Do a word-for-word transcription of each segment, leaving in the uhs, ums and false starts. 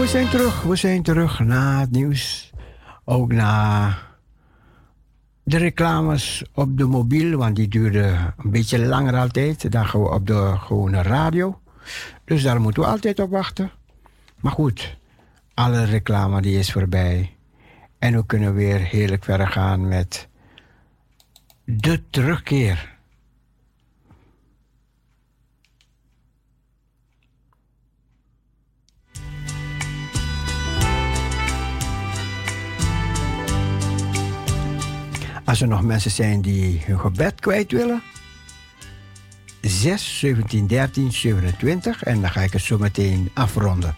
zijn terug, we zijn terug na het nieuws. Ook na de reclames op de mobiel, want die duurden een beetje langer altijd dan gewoon op de gewone radio. Dus daar moeten we altijd op wachten. Maar goed, alle reclame die is voorbij. En we kunnen weer heerlijk verder gaan met de terugkeer. Als er nog mensen zijn die hun gebed kwijt willen. zes, zeventien, dertien, zevenentwintig. En dan ga ik het zo meteen afronden.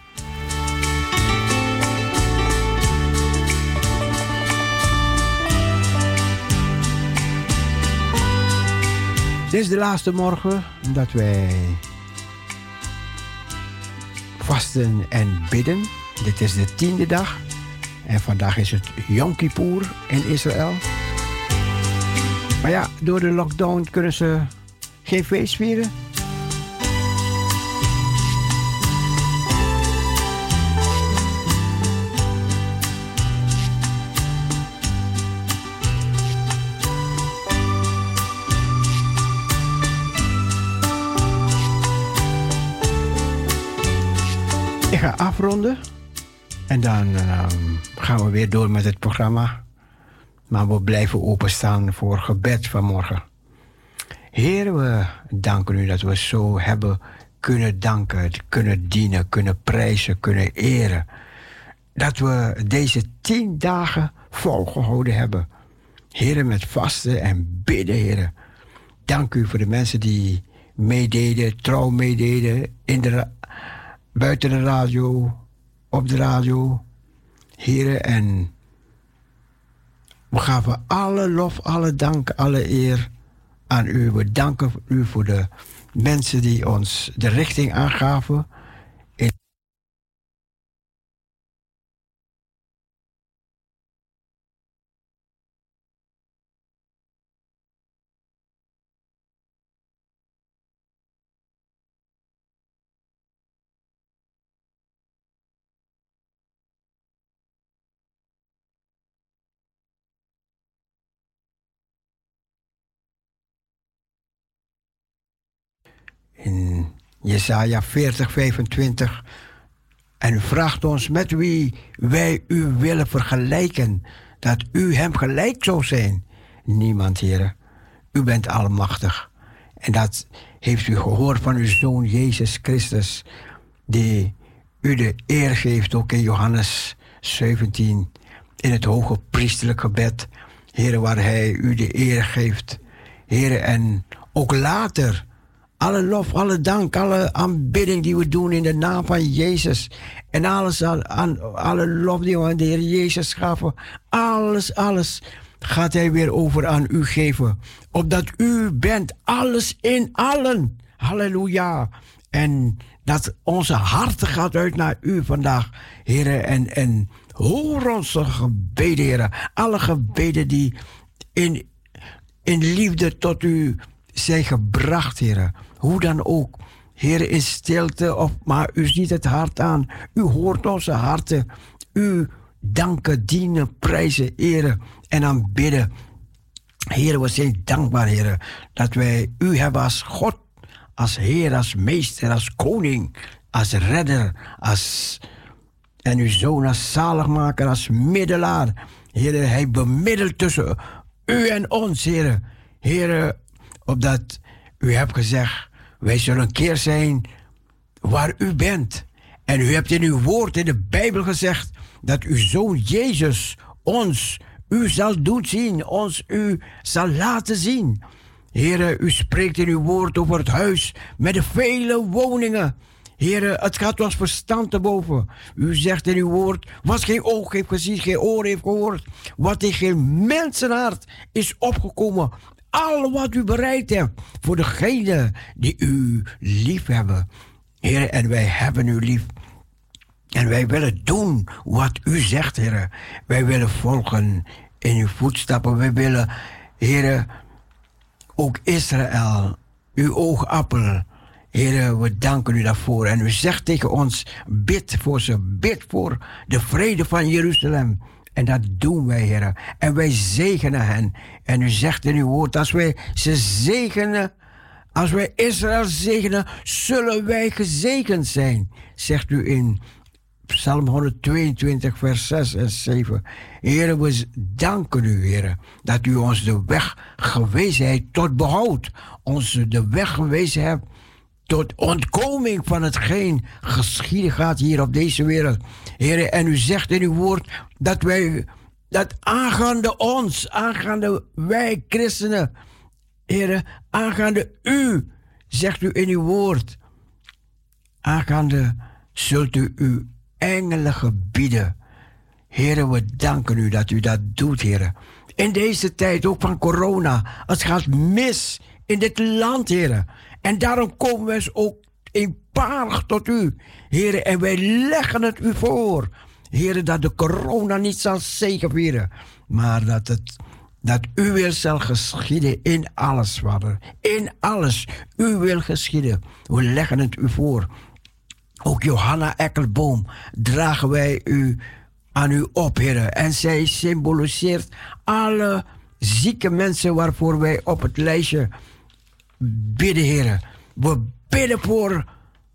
Dit is de laatste morgen dat wij vasten en bidden. Dit is de tiende dag. En vandaag is het Yom Kippur in Israël. Maar ja, door de lockdown kunnen ze geen feest vieren. Ik ga afronden. En dan uh, gaan we weer door met het programma. Maar we blijven openstaan voor gebed vanmorgen. Heer, we danken u dat we zo hebben kunnen danken, kunnen dienen, kunnen prijzen, kunnen eren. Dat we deze tien dagen volgehouden hebben. Heer, met vasten en bidden, Heer. Dank u voor de mensen die meededen, trouw meededen, in de ra- buiten de radio, op de radio. Heer, en we gaven alle lof, alle dank, alle eer aan u. We danken u voor de mensen die ons de richting aangaven. In In Jesaja veertig, vijfentwintig. En u vraagt ons met wie wij u willen vergelijken. Dat u hem gelijk zou zijn. Niemand, Heer. U bent almachtig. En dat heeft u gehoord van uw Zoon Jezus Christus. Die u de eer geeft, ook in Johannes zeventien. In het hoge priesterlijk gebed. Heer, waar hij u de eer geeft. Heer, en ook later. Alle lof, alle dank, alle aanbidding die we doen in de naam van Jezus. En alles, aan, alle lof die we aan de Heer Jezus gaven. Alles, alles gaat hij weer over aan u geven. Opdat u bent alles in allen. Halleluja. En dat onze harten gaat uit naar u vandaag, Heer. En, en hoor onze gebeden, Heer. Alle gebeden die in, in liefde tot u zijn gebracht, Heer. Hoe dan ook, Heer, in stilte, of, maar u ziet het hart aan. U hoort onze harten. U danken, dienen, prijzen, eren en aanbidden. Heer, we zijn dankbaar, Heer, dat wij u hebben als God, als Heer, als Meester, als Koning, als Redder, als, en uw Zoon als zaligmaker, als middelaar. Heer, hij bemiddelt tussen u en ons, Heer. Heer, opdat u hebt gezegd, wij zullen een keer zijn waar u bent. En u hebt in uw woord in de Bijbel gezegd dat uw Zoon Jezus ons u zal doen zien, ons u zal laten zien. Heere, u spreekt in uw woord over het huis met de vele woningen. Heere, het gaat ons verstand te boven. U zegt in uw woord, wat geen oog heeft gezien, geen oor heeft gehoord, wat in geen mensenhart is opgekomen. Al wat u bereid hebt voor degenen die u lief hebben. Heer, en wij hebben u lief. En wij willen doen wat u zegt, Heer. Wij willen volgen in uw voetstappen. Wij willen, Heer, ook Israël, uw oogappel. Heer, we danken u daarvoor. En u zegt tegen ons, bid voor ze, bid voor de vrede van Jeruzalem. En dat doen wij, Heer. En wij zegenen hen. En u zegt in uw woord, als wij ze zegenen, als wij Israël zegenen, zullen wij gezegend zijn. Zegt u in Psalm honderdtweeëntwintig, vers zes en zeven. Heer, we danken u, Heer, dat u ons de weg gewezen hebt tot behoud. Ons de weg gewezen hebt tot ontkoming van hetgeen geschieden gaat hier op deze wereld. Heer, en u zegt in uw woord dat wij, dat aangaande ons, aangaande wij christenen, Heer, aangaande u, zegt u in uw woord, aangaande zult u uw engelen gebieden. Heer, we danken u dat u dat doet, Heer. In deze tijd, ook van corona, het gaat mis in dit land, Heer. En daarom komen we ook eenparig tot u, Heer. En wij leggen het u voor, Heer, dat de corona niet zal zegevieren, maar dat het, dat uw wil zal geschieden in alles, Vader. In alles, uw wil geschieden. We leggen het u voor. Ook Johanna Ekkelboom dragen wij u aan u op, Heer. En zij symboliseert alle zieke mensen waarvoor wij op het lijstje bidden, Heer. We bidden voor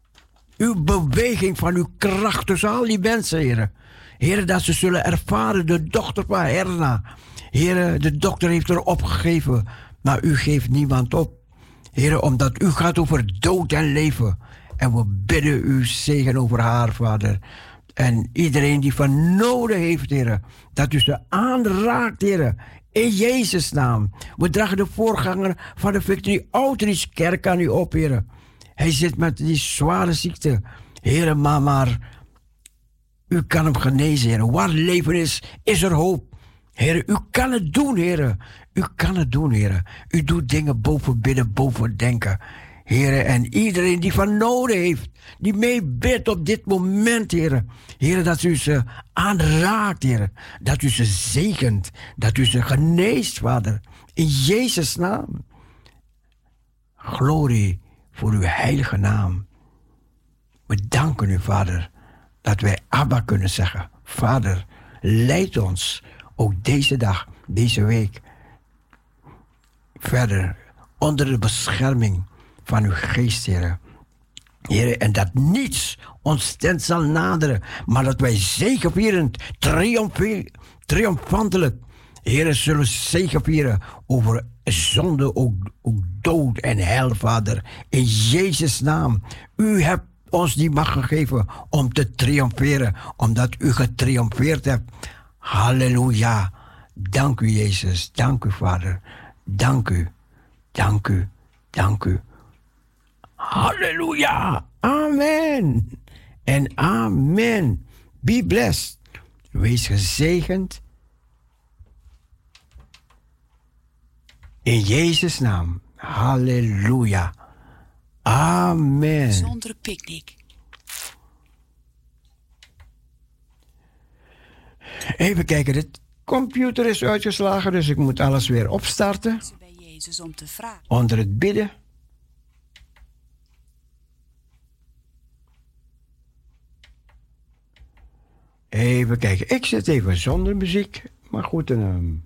uw beweging van uw kracht tussen al die mensen, Heer. Heer, dat ze zullen ervaren, de dochter van Herna. Heer, de dokter heeft er opgegeven, maar u geeft niemand op. Heer, omdat u gaat over dood en leven. En we bidden u zegen over haar, Vader. En iedereen die van noden heeft, Heer, dat u ze aanraakt, Heer. In Jezus' naam. We dragen de voorganger van de Victory Outreach Kerk aan u op, Heer. Hij zit met die zware ziekte. Heer, maar, maar u kan hem genezen, Heer. Waar leven is, is er hoop. Heer, u kan het doen, Heer. U kan het doen, Heer. U doet dingen boven bidden, boven denken. Heer, en iedereen die van noden heeft, die mee bidt op dit moment, Heer. Heer, dat u ze aanraakt, Heer. Dat u ze zegent, dat u ze geneest, Vader. In Jezus' naam. Glorie voor uw heilige naam. We danken u, Vader, dat wij Abba kunnen zeggen. Vader, leid ons ook deze dag, deze week, verder onder de bescherming van uw geest, Heer. Heer, en dat niets ons tent zal naderen, maar dat wij zegevierend, triomfantelijk, Heer, zullen zegevieren over zonde, ook, ook dood en hel, Vader. In Jezus' naam. U hebt ons die macht gegeven om te triomferen, omdat u getriomfeerd hebt. Halleluja. Dank u, Jezus. Dank u, Vader. Dank u. Dank u. Dank u. Halleluja. Amen. En amen. Be blessed. Wees gezegend. In Jezus' naam. Halleluja. Amen. Zonder picknick. Even kijken, de computer is uitgeslagen, dus ik moet alles weer opstarten. Bij Jezus om te vragen. Onder het bidden. Even kijken, ik zit even zonder muziek, maar goed. En, um...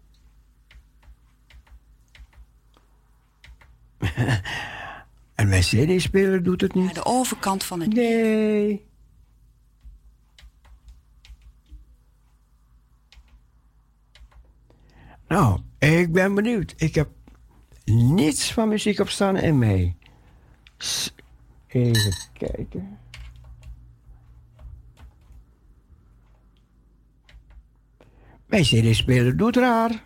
en mijn C D-speler doet het niet. Naar de overkant van het... Nee. Nou, ik ben benieuwd. Ik heb niets van muziek op staan in mij. Even kijken. Mijn C D-speler doet raar.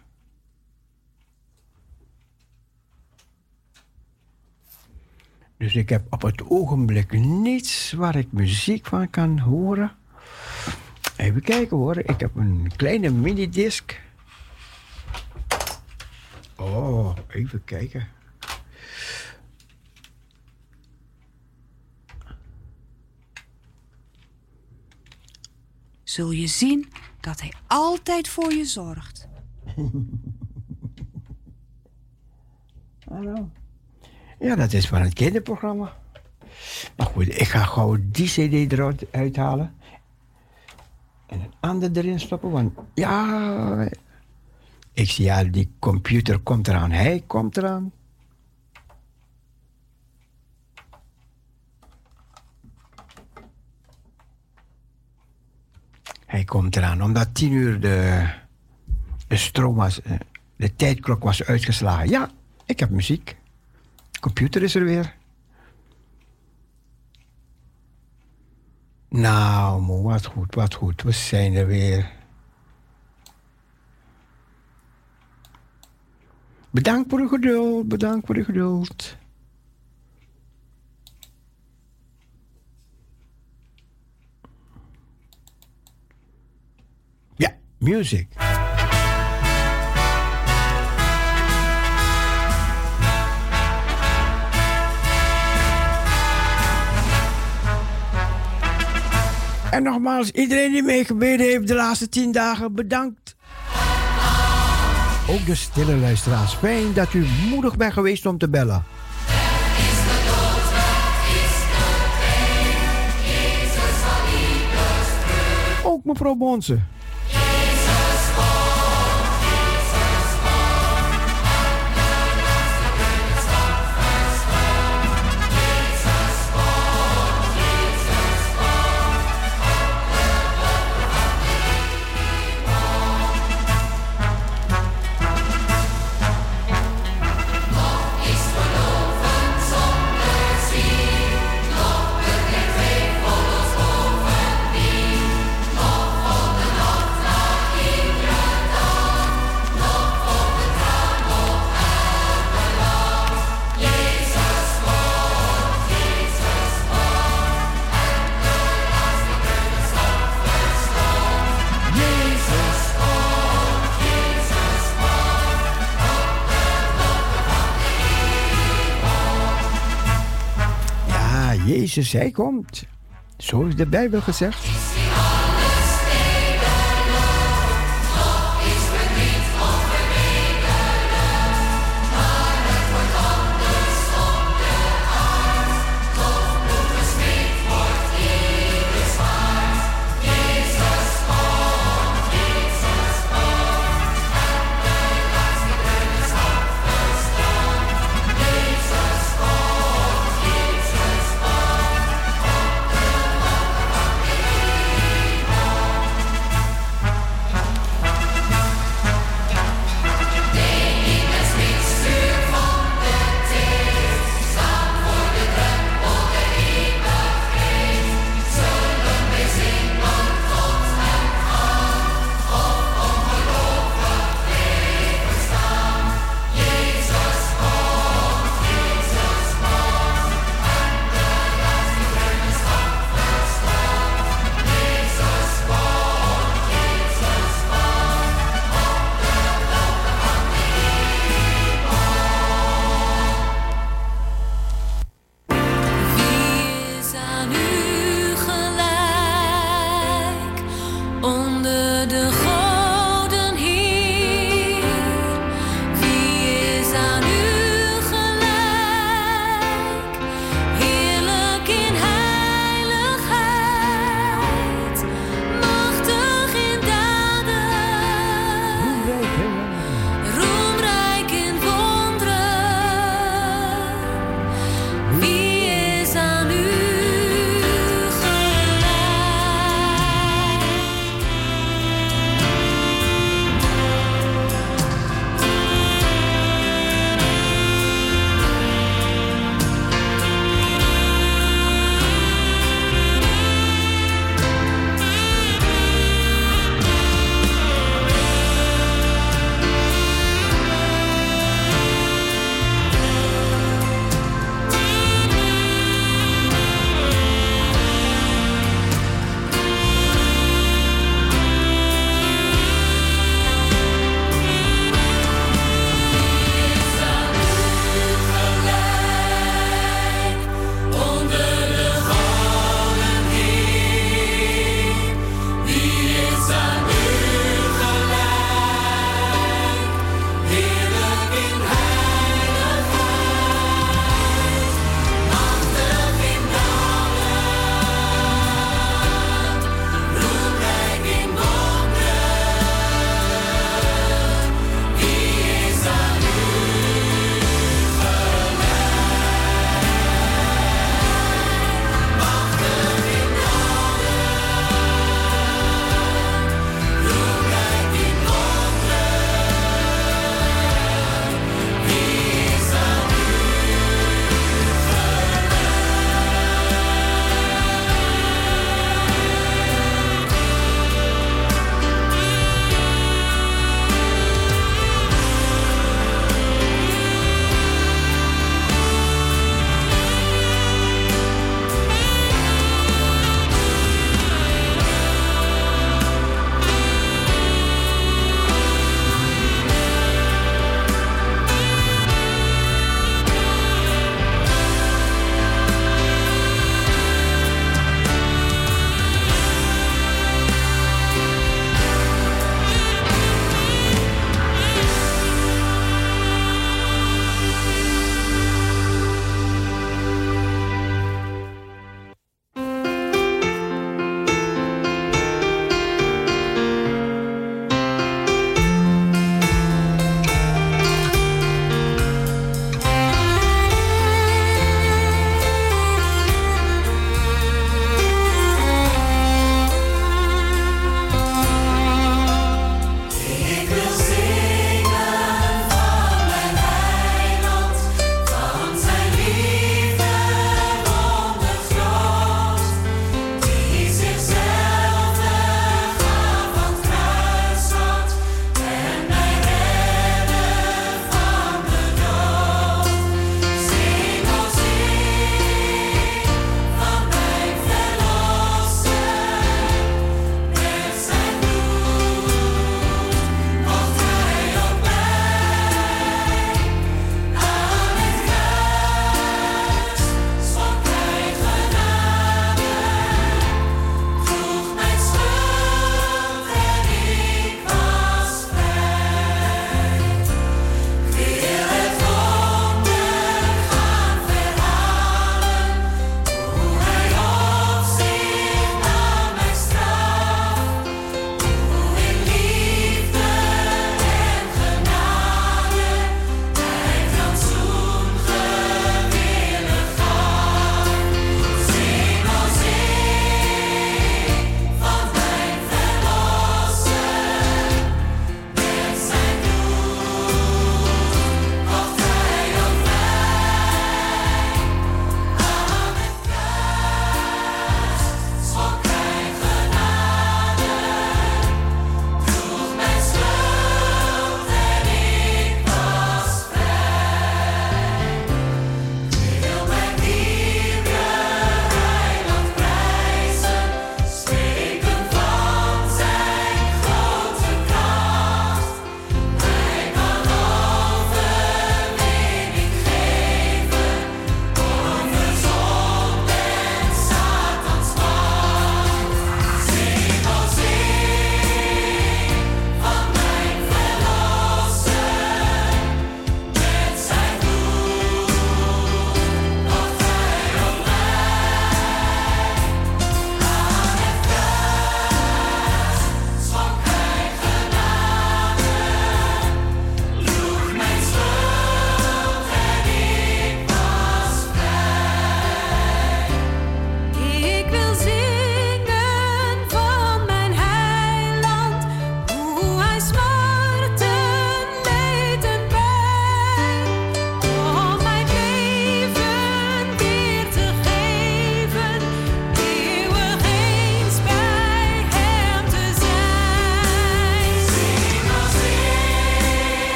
Dus ik heb op het ogenblik niets waar ik muziek van kan horen. Even kijken hoor. Ik heb een kleine minidisc. Oh, even kijken. Zul je zien dat hij altijd voor je zorgt. Hallo. Ja, dat is van het kinderprogramma. Maar goed, ik ga gauw die cd eruit uithalen. En een ander erin stoppen, want ja... Ik zie al, die computer komt eraan. Hij komt eraan. Hij komt eraan, omdat tien uur de, de stroom was, de tijdklok was uitgeslagen. Ja, ik heb muziek. De computer is er weer. Nou, wat goed, wat goed. We zijn er weer. Bedankt voor uw geduld, bedankt voor uw geduld. Ja, music. En nogmaals, iedereen die meegebeden heeft de laatste tien dagen, bedankt. Ook de stille luisteraars. Fijn dat u moedig bent geweest om te bellen. Ook mevrouw Bonse. Jezus, hij komt. Zo is de Bijbel gezegd.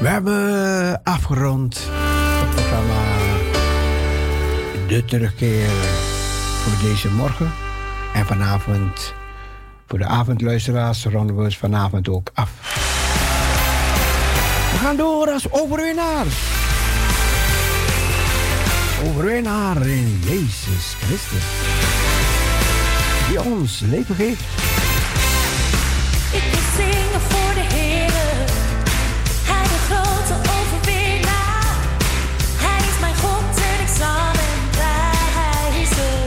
We hebben afgerond het programma De Terugkeer voor deze morgen. En vanavond, voor de avondluisteraars, ronden we vanavond ook af. We gaan door als overwinnaars. Overwinnaar in Jezus Christus, die ons leven geeft. Ik wil zingen voor de Heer, Hij de grote overwinnaar. Hij is mijn God en ik zal hem prijzen.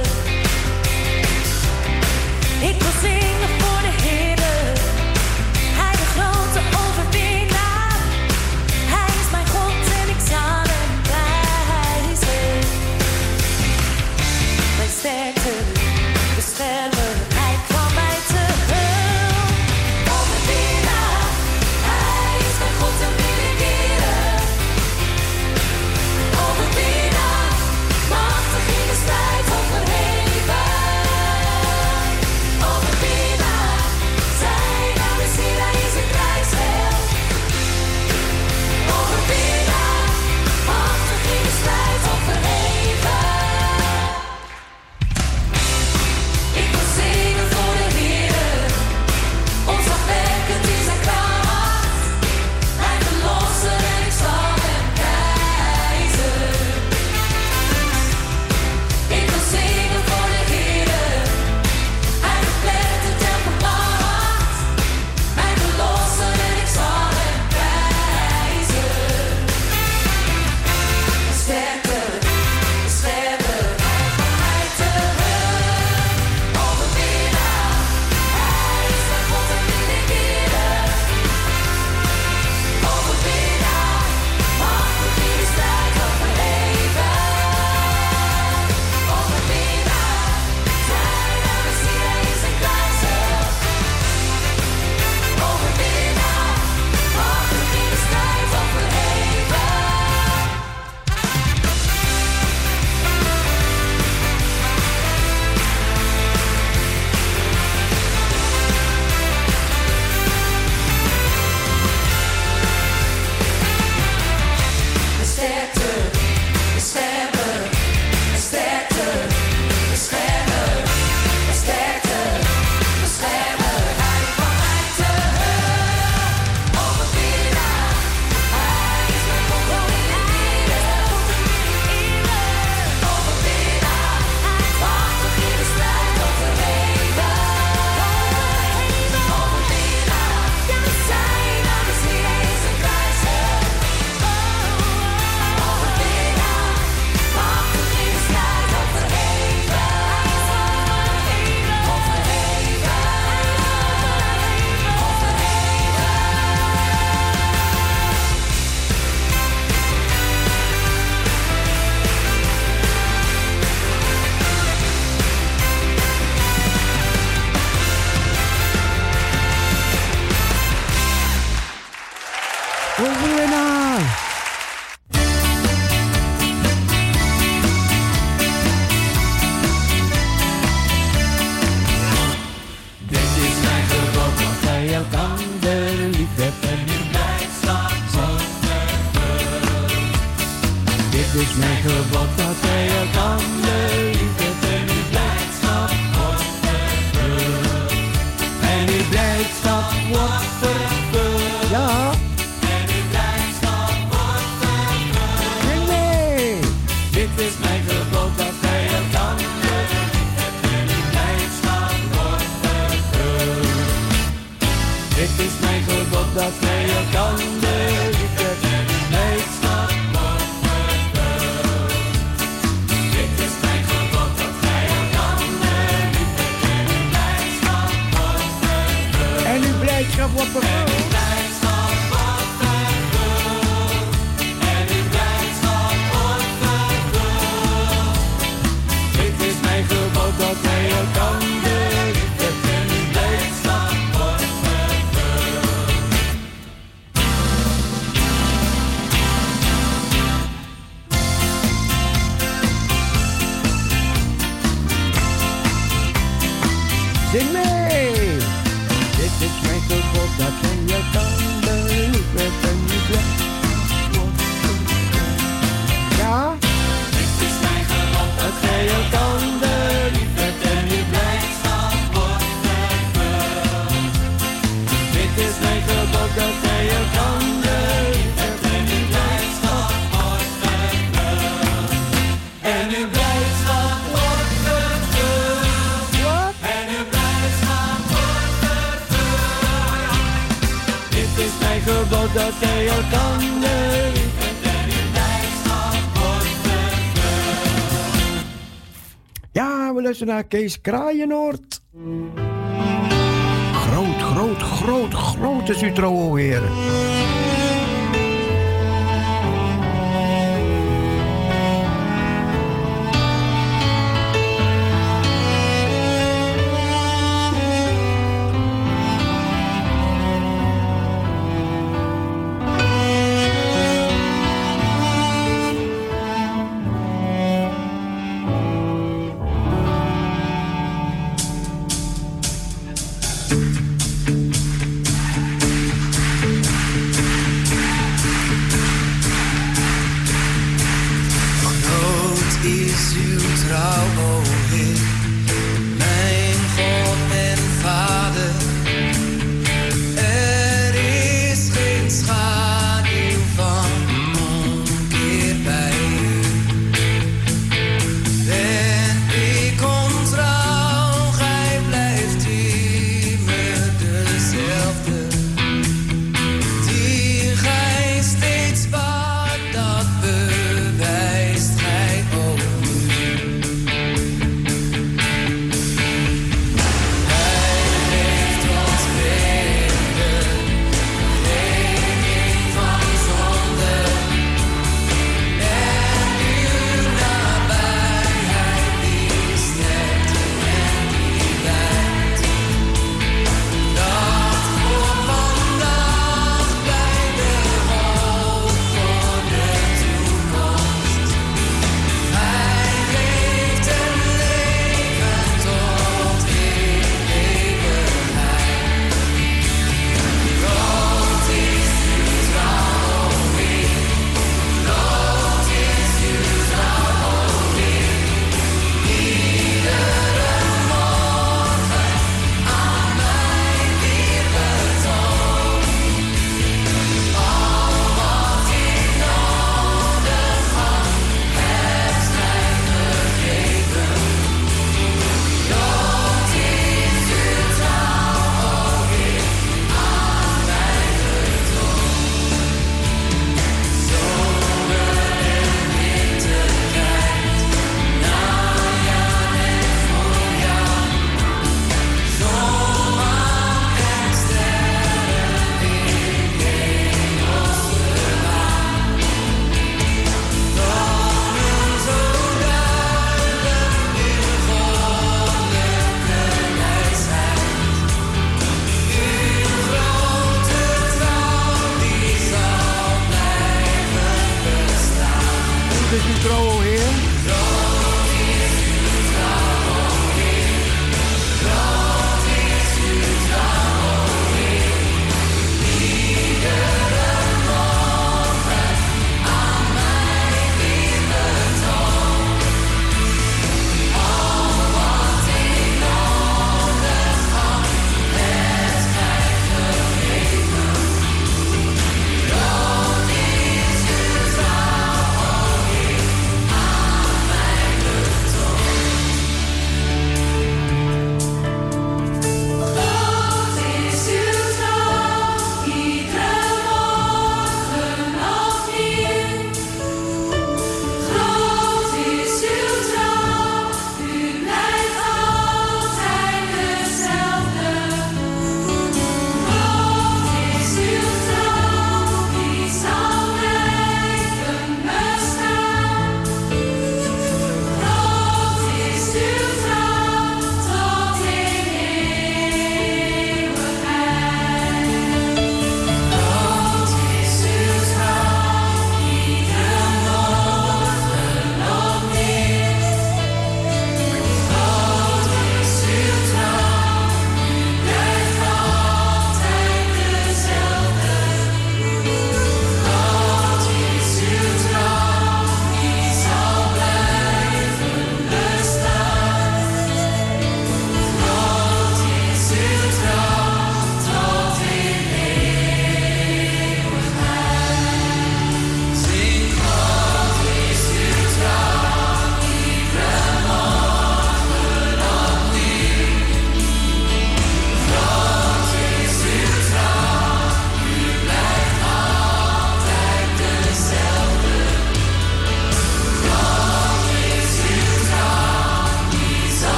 Ik wil zingen voor de Heer, Hij de grote overwinnaar. Hij is mijn God en ik zal hem prijzen. Mijn sterkte, beschermer, Hij kwam mij te hulp. Overwinnaar, Hij is mijn God en wil ik eren. Overwinnaar, machtig in de strijd overheven. Overwinnaar, zijn naam is hier, Hij is een krijgsheld. Overwinnaar, machtig in de strijd overheven. Ik wil zingen voor de Heer, ontzagwekkend in zijn kracht. Hij verlosser en ik zal hem prijzen. Ik wil zingen voor de Heer, Hij verplettert de tempelmacht. Mijn verlosser en ik zal hem prijzen. De sterkte, beschermer, Hij kwam mij te hulp. Overwinnaar, Hij is mijn God en wil ik eren. Overwinnaar, machtig in de strijd overheven. Overwinnaar, zijn naam is hier, Hij is een krijgsheld. Overwinnaar, machtig in de strijd overheven. De sterkte, beschermer, de sterkte, beschermer, de sterkte, beschermer, Hij kwam mij te hulp. Overwinnaar, Hij is mijn God en wil ik eren. Overwinnaar, machtig in de strijd overheven. Overwinnaar, zijn naam is hier, Hij is een krijgsheld. Overwinnaar, machtig in de strijd overheven. Overheven, overheven. Overwinnaar! Dit is mijn gebod, dat gij elkander lief hebt en uw blijdschap wordt vervuld. Dit is mijn gebod, dat gij elkander lief hebt en uw blijdschap wordt vervuld. En uw blijdschap wordt vervuld. Ja, En uw blijdschap wordt vervuld. zing mee! Dit is mijn gebod, dat gij elkander lief hebt en uw blijdschap wordt vervuld. Dit is mijn gebod, dat gij elkander lief hebt en uw blijdschap wordt vervuld. Dit is mijn gebod, dat gij elkander lief hebt en uw blijdschap wordt vervuld. En uw blijdschap wordt vervuld. Blijdschap wordt vervuld. En uw blijdschap wordt vervuld. Dit is mijn gebod, dat gij elkander lief hebt en uw blijdschap wordt vervuld. Zing mee! Dit is mijn gebod, dat gij elkander lief hebt en uw blijdschap mijn gebod dat gij elkander lief hebt en uw blijdschap wordt vervuld. Ja, we luisteren naar Kees Kraaienoord. Groot, groot, groot, groot is uw trouw, o Heer. Ben ik ontrouw, gij blijft in me.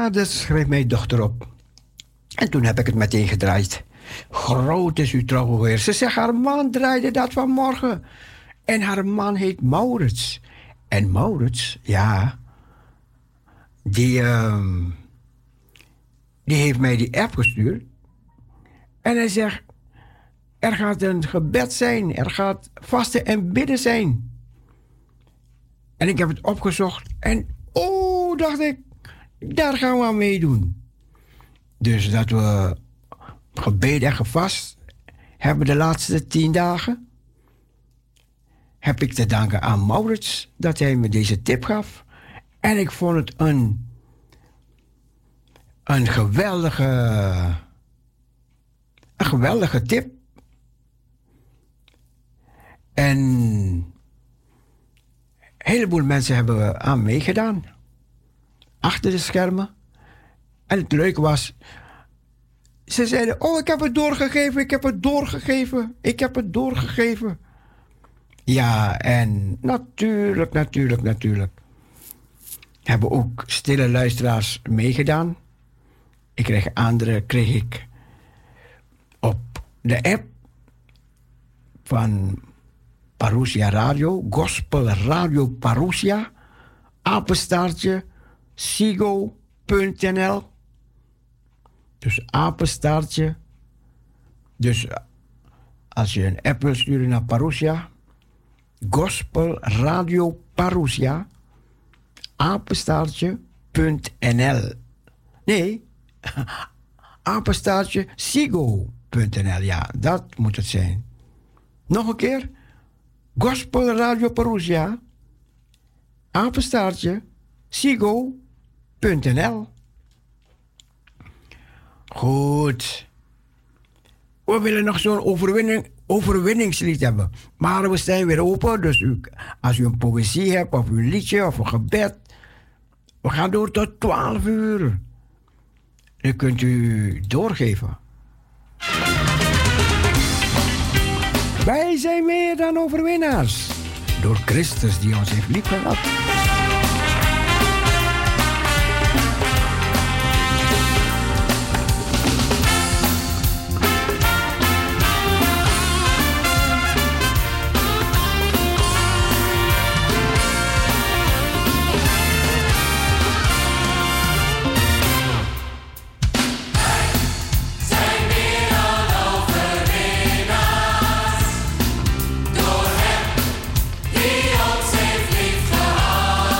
Ja, dat schreef mijn dochter op. En toen heb ik het meteen gedraaid. Groot is uw trouw, Heer. Ze zegt, haar man draaide dat vanmorgen. En haar man heet Maurits. En Maurits, ja, die, uh, die heeft mij die app gestuurd. En hij zegt, er gaat een gebed zijn. Er gaat vasten en bidden zijn. En ik heb het opgezocht. En oh, dacht ik, daar gaan we aan meedoen. Dus dat we gebeden en gevast hebben de laatste tien dagen. Heb ik te danken aan Maurits dat hij me deze tip gaf. En ik vond het een, een geweldige, een geweldige tip. En een heleboel mensen hebben aan meegedaan. Achter de schermen. En het leuke was, ze zeiden, oh, ik heb het doorgegeven, ik heb het doorgegeven, ik heb het doorgegeven. Ja, en natuurlijk, natuurlijk, natuurlijk. Hebben ook stille luisteraars meegedaan. Ik kreeg andere, kreeg ik op de app van Parousia Radio, Gospel Radio Parousia, apenstaartje, sigo punt n l. Dus apenstaartje. Dus als je een app wil sturen naar Parousia, Gospel Radio Parousia, apenstaartje punt n l. Nee, apenstaartje sigo punt n l. Ja, dat moet het zijn. Nog een keer. Gospel Radio Parousia, apenstaartje sigo punt n l. Goed. We willen nog zo'n overwinning, overwinningslied hebben. Maar we zijn weer open. Dus u, als u een poëzie hebt, of een liedje, of een gebed. We gaan door tot twaalf uur. Dan kunt u doorgeven. Wij zijn meer dan overwinnaars. Door Christus die ons heeft liefgehad. Door hem die ons heeft liefgehad.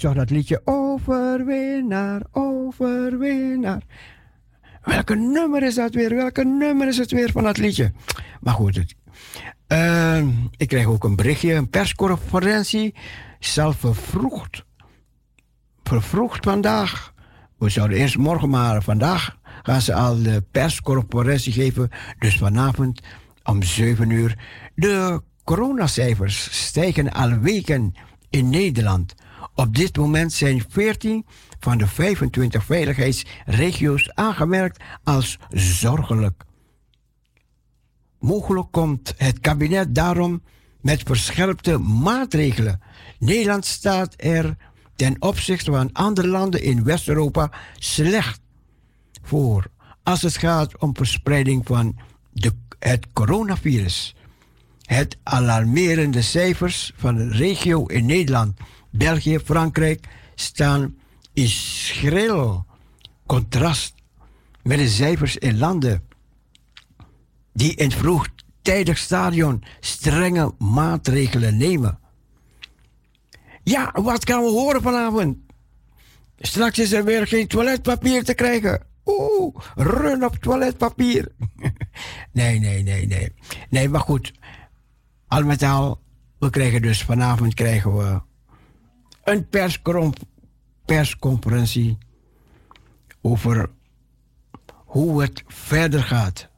zocht dat liedje Overwinnaar, overwinnaar. Welke nummer is dat weer? Welke nummer is het weer van dat liedje? Maar goed, het, uh, ik kreeg ook een berichtje, een persconferentie. Zelf vervroegd. Vervroegd vandaag. We zouden eerst morgen, maar vandaag gaan ze al de persconferentie geven. Dus vanavond om zeven uur. De coronacijfers stijgen al weken in Nederland. Op dit moment zijn veertien van de vijfentwintig veiligheidsregio's aangemerkt als zorgelijk. Mogelijk komt het kabinet daarom met verscherpte maatregelen. Nederland staat er ten opzichte van andere landen in West-Europa slecht voor als het gaat om verspreiding van de, het coronavirus. Het alarmerende cijfers van de regio in Nederland, België, Frankrijk staan in schril contrast met de cijfers in landen die in het vroegtijdig stadium strenge maatregelen nemen. Ja, wat gaan we horen vanavond? Straks is er weer geen toiletpapier te krijgen. Oeh, run op toiletpapier. nee, nee, nee, nee. Nee, maar goed. Al met al, we krijgen dus vanavond krijgen we een persconferentie over hoe het verder gaat.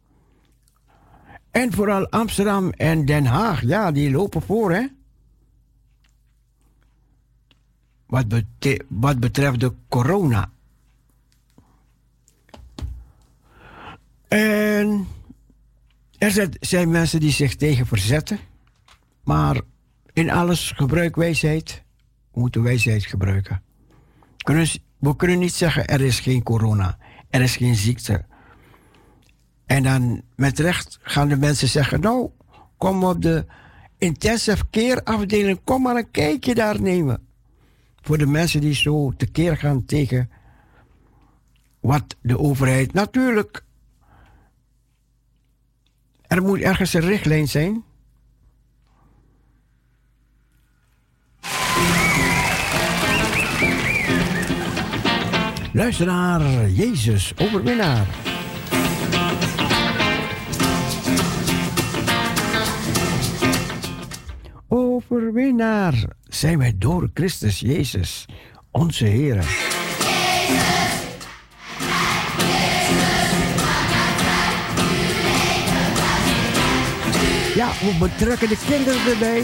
En vooral Amsterdam en Den Haag, ja, die lopen voor, hè? Wat, bete- wat betreft de corona. En er zijn mensen die zich tegen verzetten. Maar in alles gebruik wijsheid. We moeten wijsheid gebruiken. We kunnen niet zeggen er is geen corona. Er is geen ziekte. En dan met recht gaan de mensen zeggen, nou, kom op de intensive care afdeling, kom maar een kijkje daar nemen. Voor de mensen die zo tekeer gaan tegen wat de overheid... Natuurlijk, er moet ergens een richtlijn zijn. Luister naar Jezus, overwinnaar. Overwinnaar zijn wij door Christus Jezus, onze Heer. Ja, we betrekken de kinderen erbij.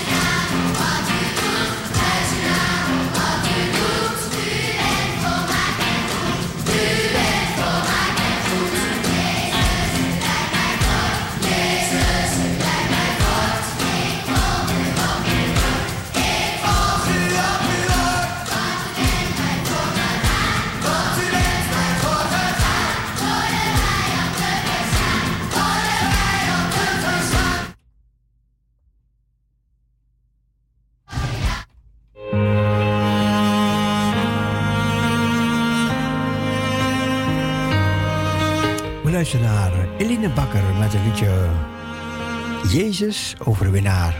Luister naar Eline Bakker met het liedje Jezus, overwinnaar.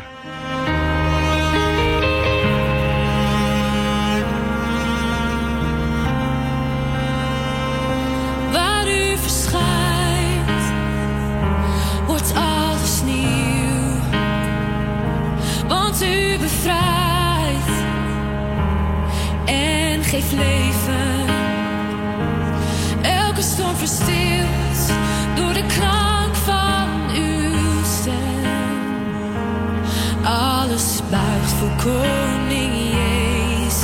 Waar u verschijnt, wordt alles nieuw. Want u bevrijdt en geeft leven. Elke storm verstilt door de klank van uw stem. Alles buigt voor koning Jezus.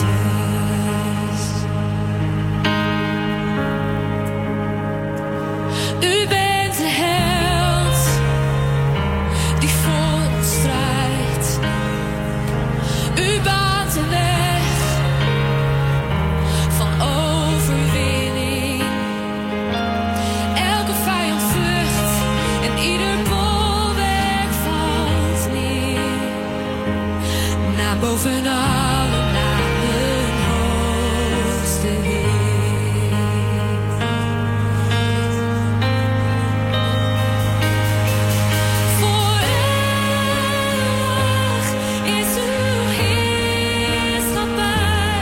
U bent de held die voor ons strijdt. U baant de weg van overwinning. Elke vijand vlucht en ieder bolwerk valt neer. Naar boven alle namen hoogste Heer. Voor eeuwig is uw heerschappij.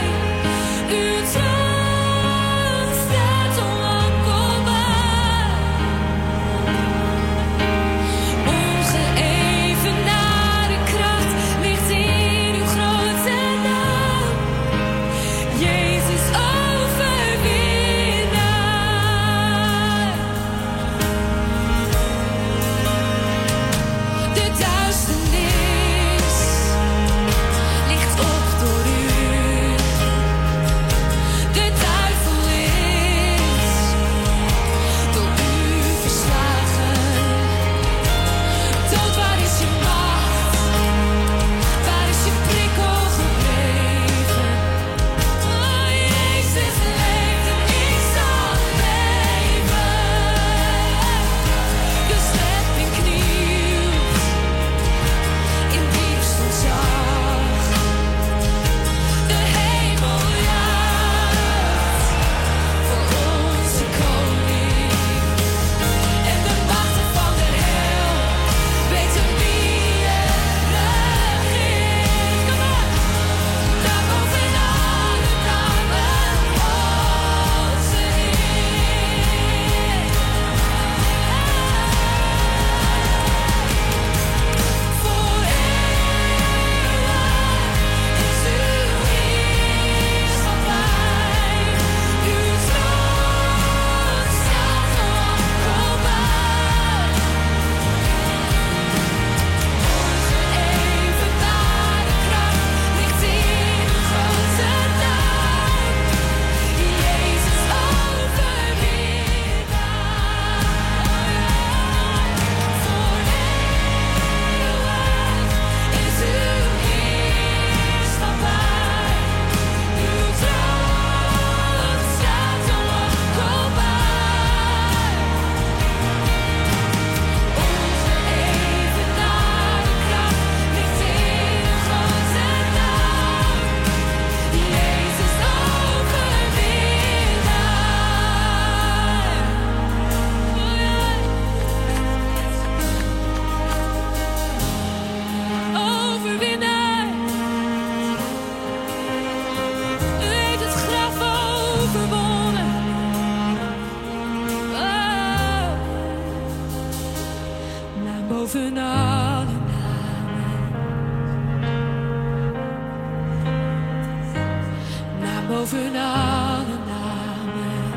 boven alle namen.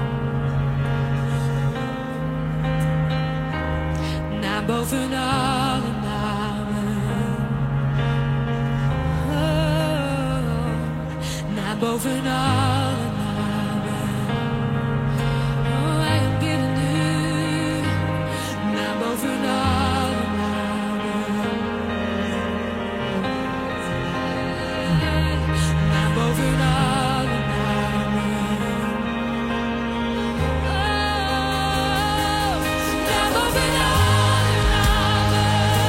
Naam boven alle namen. Oh, naam boven alle namen. Oh, wij aanbidden u. Naam boven alle namen. Naam boven alle namen. Oh, naam boven alle namen.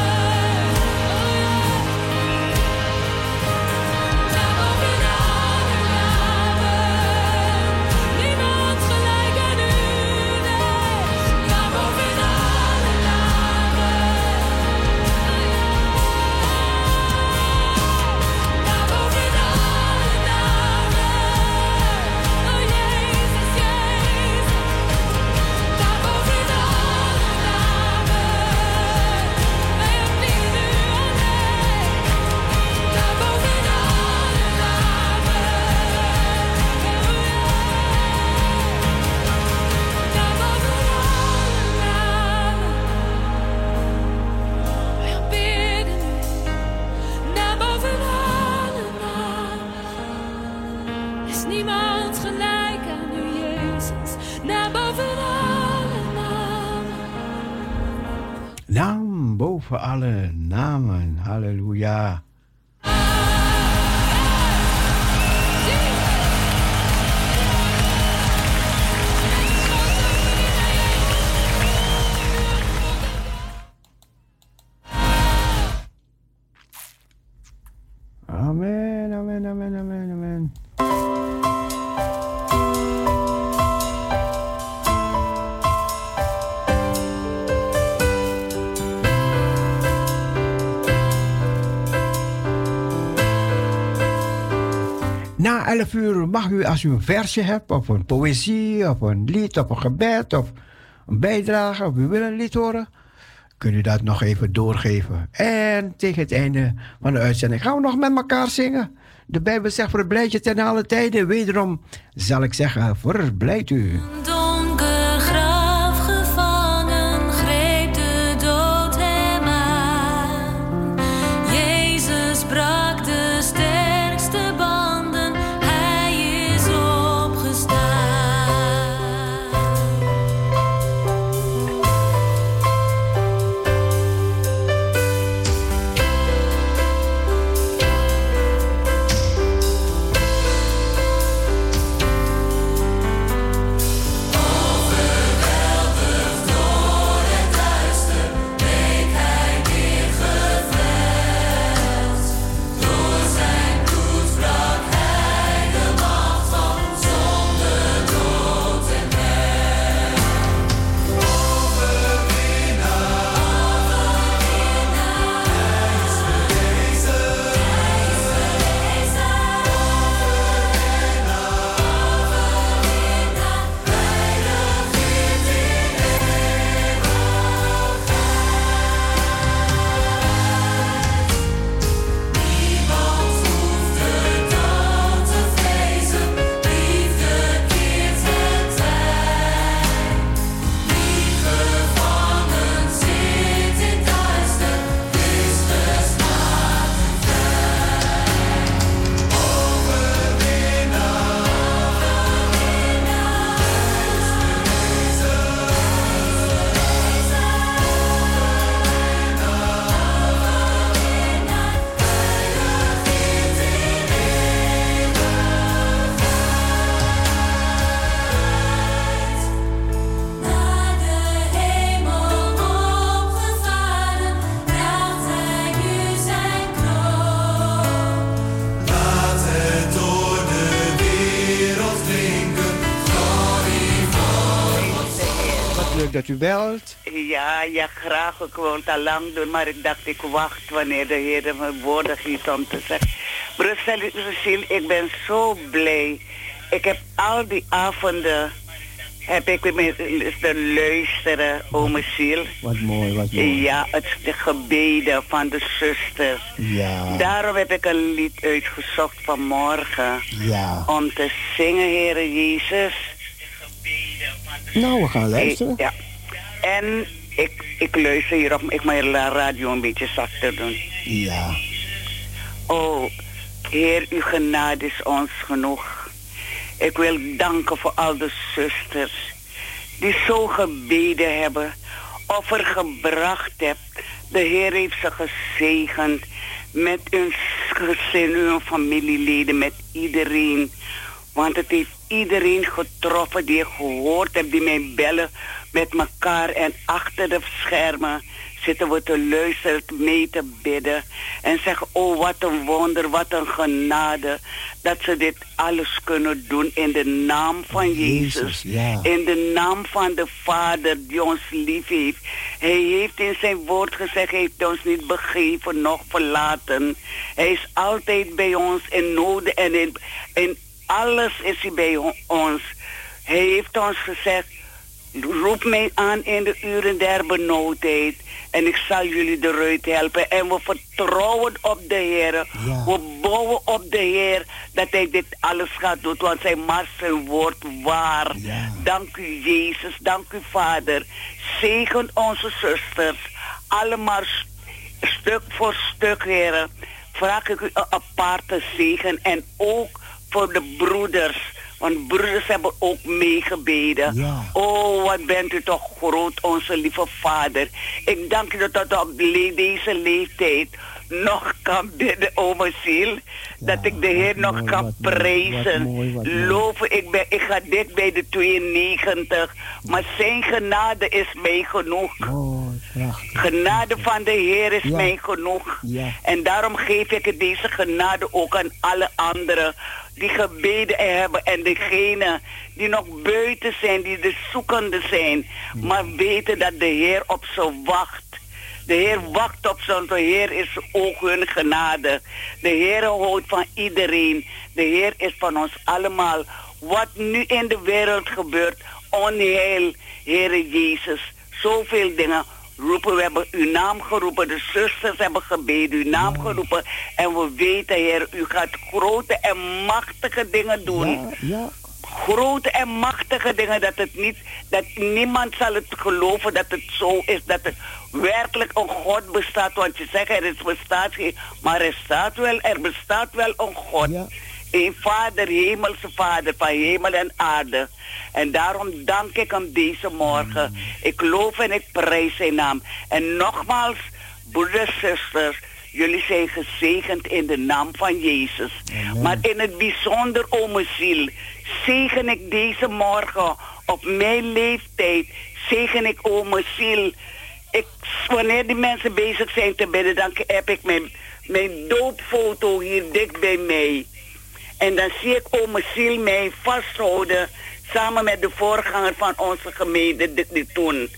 Naam boven alle namen. Niemand gelijk aan u, nee. Naam boven alle namen. Naam boven alle namen. Oh Jezus, Jezus. Naam boven alle namen. Wij aanbidden u, oh nee. Naam boven alle namen. Naam boven alle namen. Wij aanbidden u. Naam boven alle namen. Is niemand gelijk aan u, Jezus. Naam boven alle namen. Naam boven alle namen. Halleluja. Amen, amen, amen, amen, amen. Na elf uur mag u, als u een versje hebt, of een poëzie, of een lied, of een gebed, of een bijdrage, of u wil een lied horen, kunt u dat nog even doorgeven. En tegen het einde van de uitzending gaan we nog met elkaar zingen. De Bijbel zegt, verblijd je ten alle tijden. Wederom zal ik zeggen, verblijd u. Donker graf gevangen greep de dood hem aan. Jezus brak de sterkste banden, hij is opgestaan. leuk dat u belt. Ja, ja, graag. Ik wou het al lang doen, maar ik dacht ik wacht wanneer de Heer me woorden giet om te zeggen. Brussel, Cecile, ik ben zo blij. Ik heb al die avonden heb ik weer te luisteren, ome Ziel. Wat mooi, wat mooi. Ja, het de gebeden van de zusters. Ja. Daarom heb ik een lied uitgezocht vanmorgen. Ja. Om te zingen, Heere Jezus. Nou, we gaan luisteren. Ja. En ik, ik luister hierop, ik mag de radio een beetje zachter doen. Ja. Oh, Heer, uw genade is ons genoeg. Ik wil danken voor al de zusters die zo gebeden hebben, offer gebracht hebt. De Heer heeft ze gezegend met hun gezin, hun familieleden, met iedereen. Want het heeft iedereen getroffen die ik gehoord heb, die mij bellen met elkaar. En achter de schermen zitten we te luisteren, mee te bidden. En zeggen, oh wat een wonder, wat een genade. Dat ze dit alles kunnen doen in de naam van Jezus. Jezus, ja. In de naam van de Vader die ons lief heeft. Hij heeft in zijn woord gezegd, hij heeft ons niet begeven, noch verlaten. Hij is altijd bij ons in noden en in, in alles is hij bij ons. Hij heeft ons gezegd, roep mij aan in de uren der benauwdheid en ik zal jullie eruit helpen. En we vertrouwen op de Heer. Ja. We bouwen op de Heer dat hij dit alles gaat doen, want hij maakt zijn woord waar. Ja. Dank u Jezus, dank u Vader. Zegen onze zusters, allemaal stuk voor stuk, Heer. Vraag ik u een aparte zegen en ook voor de broeders. Want broeders hebben ook meegebeden. Ja. Oh, wat bent u toch groot, onze lieve Vader. Ik dank u dat dat op deze leeftijd nog kan bidden, ome Ziel. Ja, dat ik de Heer nog mooi, kan prijzen. Mooi, wat mooi, wat Loven, ik, ben, ik ga dik bij de tweeënnegentig. Maar zijn genade is mij genoeg. Oh, genade van de Heer is ja. mij genoeg. Ja. En daarom geef ik deze genade ook aan alle anderen die gebeden hebben en degenen die nog buiten zijn, die de zoekende zijn, maar weten dat de Heer op ze wacht. De Heer wacht op ze, want de Heer is ook hun genade. De Heer houdt van iedereen. De Heer is van ons allemaal. Wat nu in de wereld gebeurt, onheil, Heere Jezus, zoveel dingen roepen. We hebben uw naam geroepen, de zusters hebben gebeden, uw naam ja. geroepen. En we weten, Heer, u gaat grote en machtige dingen doen. Ja, ja. Grote en machtige dingen, dat het niet, dat niemand zal het geloven dat het zo is, dat er werkelijk een God bestaat. Want je zegt, er is bestaat geen, maar er staat wel, er bestaat wel een God. Ja. Een Vader, hemelse Vader van hemel en aarde. En daarom dank ik hem deze morgen. Ik loof en ik prijs zijn naam. En nogmaals, broeders, zusters, jullie zijn gezegend in de naam van Jezus. Amen. Maar in het bijzonder, ome Ziel, zegen ik deze morgen op mijn leeftijd. Zegen ik ome Ziel. Ik, wanneer die mensen bezig zijn te bidden, dan heb ik mijn, mijn doopfoto hier dik bij mij. En dan zie ik ome Ziel mij vasthouden, samen met de voorganger van onze gemeente, die, die toen.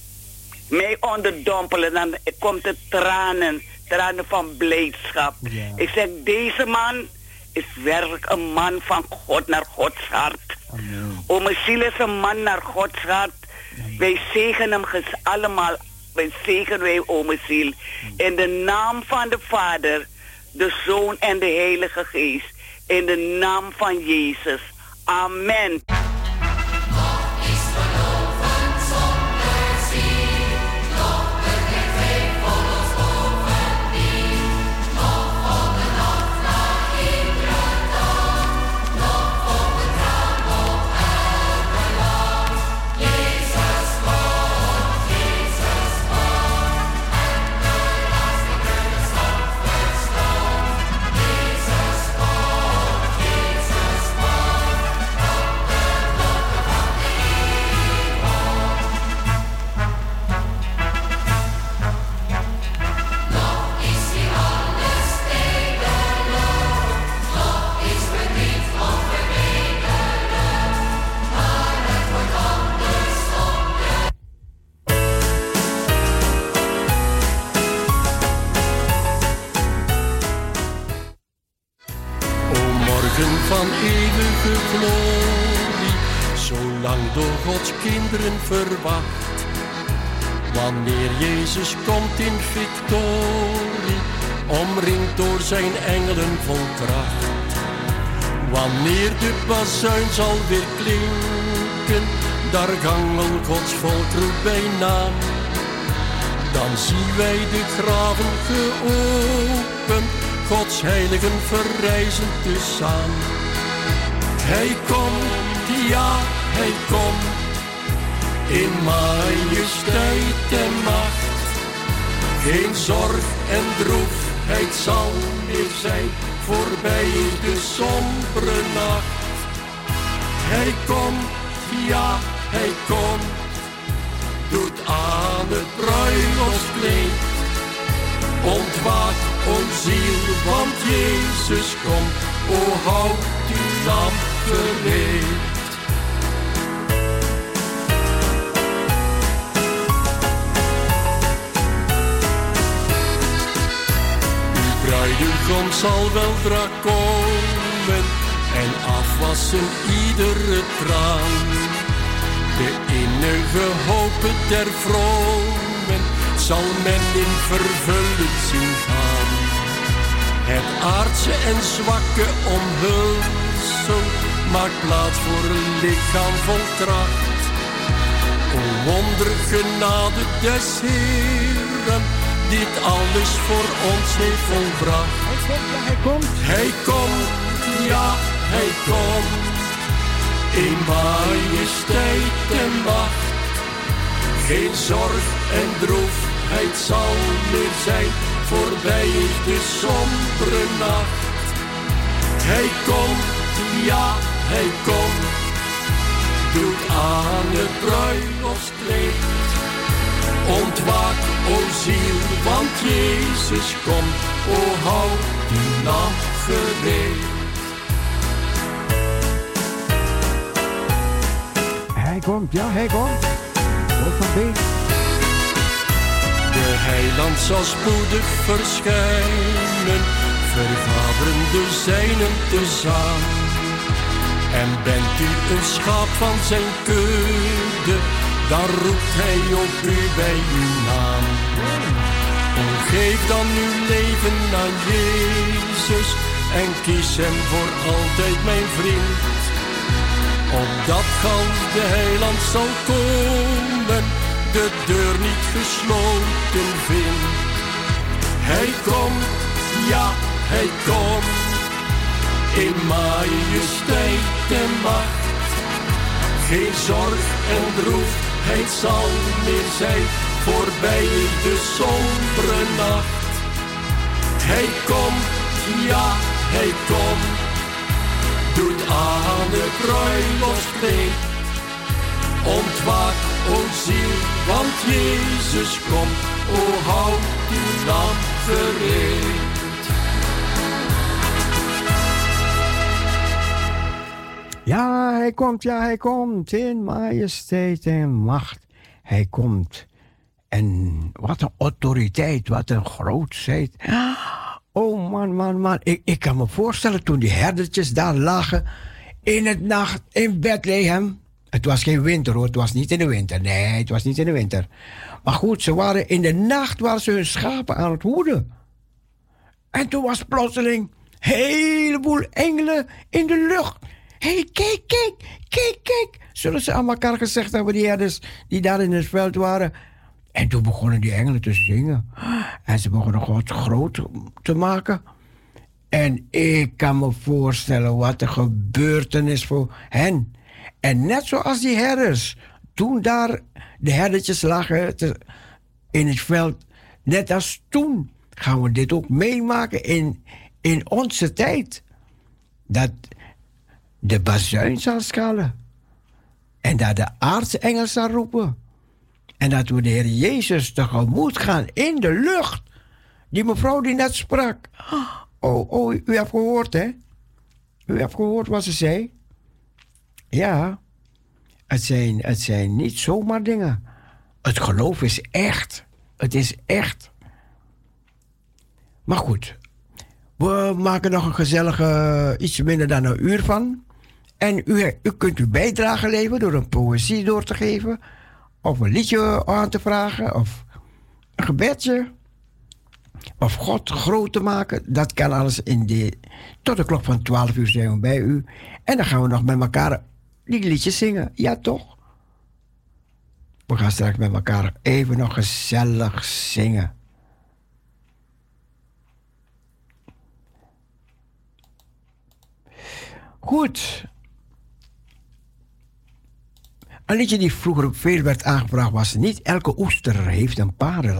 Mij onderdompelen, dan komt het tranen, tranen van blijdschap. Ja. Ik zeg, deze man is werkelijk een man van God, naar Gods hart. Amen. Ome Ziel is een man naar Gods hart. Amen. Wij zegenen hem ges allemaal, wij zegenen wij ome Ziel. Amen. In de naam van de Vader, de Zoon en de Heilige Geest. In de naam van Jezus. Amen. Van eeuwige glorie, zolang door Gods kinderen verwacht. Wanneer Jezus komt in victorie, omringd door zijn engelen vol kracht. Wanneer de bazuin zal weer klinken, daar gangel Gods volk roept bij naam. Dan zien wij de graven geopend, Gods heiligen verrijzen tezaam. Hij komt, ja, hij komt, in majesteit en macht. Geen zorg en droefheid zal meer zijn, voorbij de sombere nacht. Hij komt, ja, hij komt, doet aan het bruiloftskleed. Ontwaak, o ziel, want Jezus komt, o houd uw lamp gereed. Uw bruidegom zal weldra komen en afwassen iedere traan. De innige hopen der vromen zal men in vervulling zien gaan. Het aardse en zwakke omhulsel maakt plaats voor een lichaam vol kracht. O wondergenade des Heeren, dit alles voor ons heeft volbracht. Hij komt, hij komt, ja, hij komt, in majesteit en macht. Geen zorg en droefheid zal meer zijn, voorbij is de sombere nacht. Hij komt, ja, hij komt, doet aan het bruiloftskleed. Ontwaak, o ziel, want Jezus komt, o houd die lamp gereed. Hij komt, ja, hij komt. Wordt van beet. De heiland zal spoedig verschijnen, vergaderen de zijnen tezaam. En bent u een schaap van zijn kudde, dan roept hij op u bij uw naam. O, geef dan uw leven aan Jezus en kies hem voor altijd mijn vriend. Opdat gans de heiland zal komen, de deur niet gesloten vindt. Hij komt, ja, hij komt, in majesteit en macht. Geen zorg en droefheid zal meer zijn, voorbij de sombere nacht. Hij komt, ja, hij komt, doet aan de bruiloftskleed. Ontwaak, o ziel, want Jezus komt, o houd uw lamp gereed. Ja, hij komt, ja, hij komt, in majesteit en macht. Hij komt. En wat een autoriteit, wat een grootheid. Oh man, man, man. Ik, ik kan me voorstellen toen die herdertjes daar lagen in het nacht in Bethlehem. Het was geen winter hoor, het was niet in de winter. Nee, het was niet in de winter. Maar goed, ze waren in de nacht waren ze hun schapen aan het hoeden. En toen was plotseling een heleboel engelen in de lucht. Hé, hey, kijk, kijk, kijk, kijk. Zullen ze aan elkaar gezegd hebben, die herders die daar in het veld waren. En toen begonnen die engelen te zingen. En ze begonnen God groot te maken. En ik kan me voorstellen wat er gebeurtenis voor hen. En net zoals die herders, toen daar de herdertjes lagen te, in het veld. Net als toen gaan we dit ook meemaken in, in onze tijd. Dat de bazuin zal schallen. En dat de aardse engel zal roepen. En dat we de Heer Jezus tegemoet gaan in de lucht. Die mevrouw die net sprak. Oh, oh, u hebt gehoord, hè? U hebt gehoord wat ze zei? Ja. Het zijn, het zijn niet zomaar dingen. Het geloof is echt. Het is echt. Maar goed. We maken nog een gezellige, iets minder dan een uur van. En u, u kunt uw bijdrage leveren door een poëzie door te geven, of een liedje aan te vragen, of een gebedje, of God groot te maken. Dat kan alles in de... Tot de klok van twaalf uur zijn we bij u. En dan gaan we nog met elkaar die liedjes zingen. Ja, toch? We gaan straks met elkaar even nog gezellig zingen. Goed. Een liedje die vroeger veel werd aangebracht was: niet elke oester heeft een parel.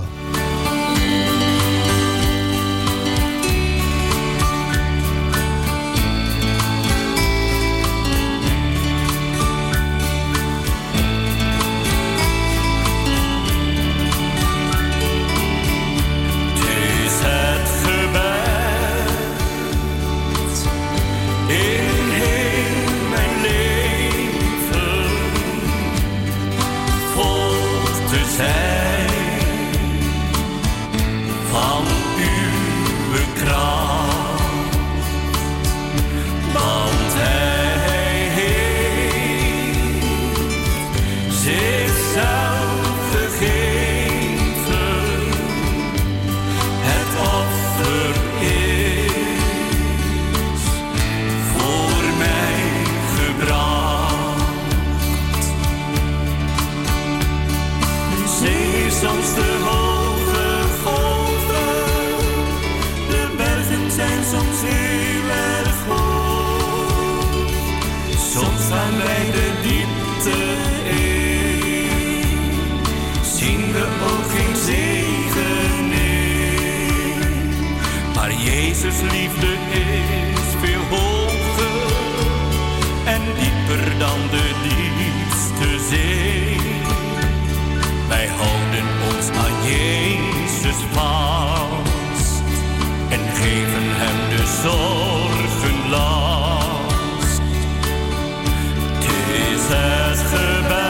Jezus' liefde is veel hoger en dieper dan de diepste zee. Wij houden ons aan Jezus vast en geven hem de zorgen last. Het is het gebed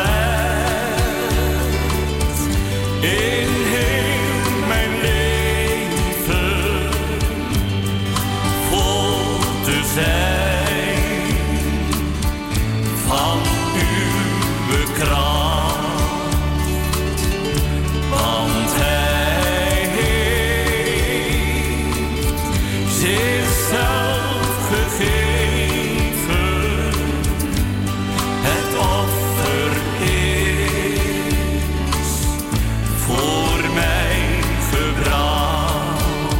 in heel mijn leven vol te zijn van uw kracht, want hij heeft zichzelf gegeven. Het offer is voor mij gebracht.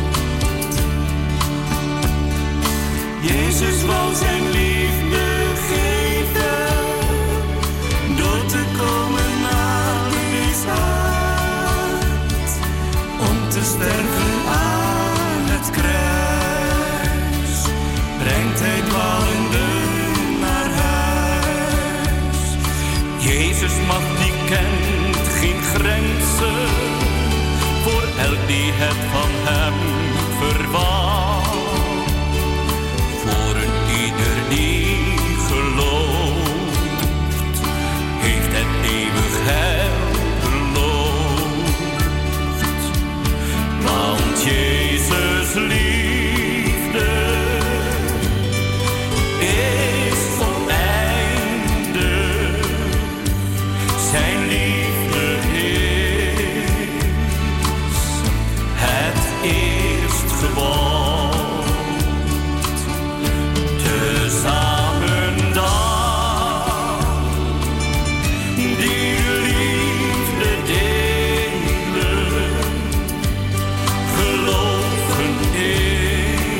Jezus wou zijn liefde geven door te komen naar de misdaad, om te sterven aan het kruis. Brengt hij dwalenden naar huis. Jezus macht die kent geen grenzen voor elk die het van hem verwacht. Voor een ieder die gelooft, heeft het eeuwig heil beloofd. Want Jezus' liefde is oneindig. Zijn liefde is het eerst gebod. Tezamen dan die liefde delen, geloven in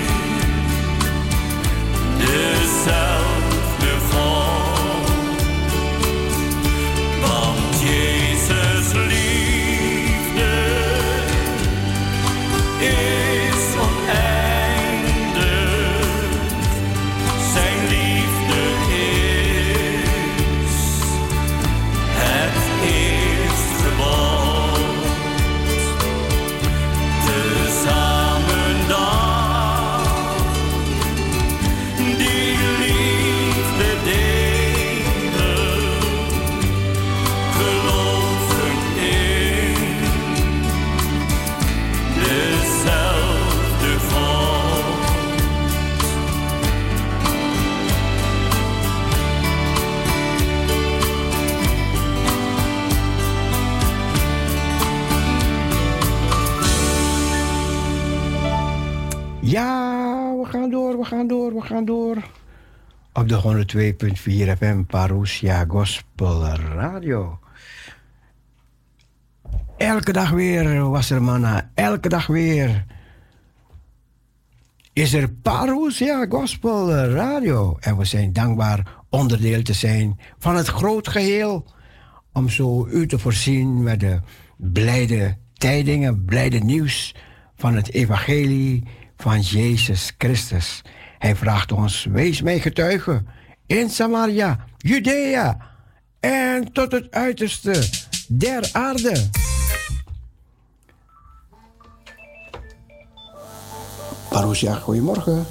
dezelfde God. Want Jezus' liefde is oneindig. Zijn liefde is het eerst gebod. Tezamen dan die liefde delen, geloven in dezelfde God. gaan door, we gaan door. Op de honderd twee punt vier F M Parousia Gospel Radio. Elke dag weer was er manna. Elke dag weer is er Parousia Gospel Radio. En we zijn dankbaar onderdeel te zijn van het groot geheel. Om zo u te voorzien met de blijde tijdingen, blijde nieuws van het evangelie van Jezus Christus. Hij vraagt ons, wees mij getuige in Samaria, Judea en tot het uiterste der aarde. Parousia, goedemorgen.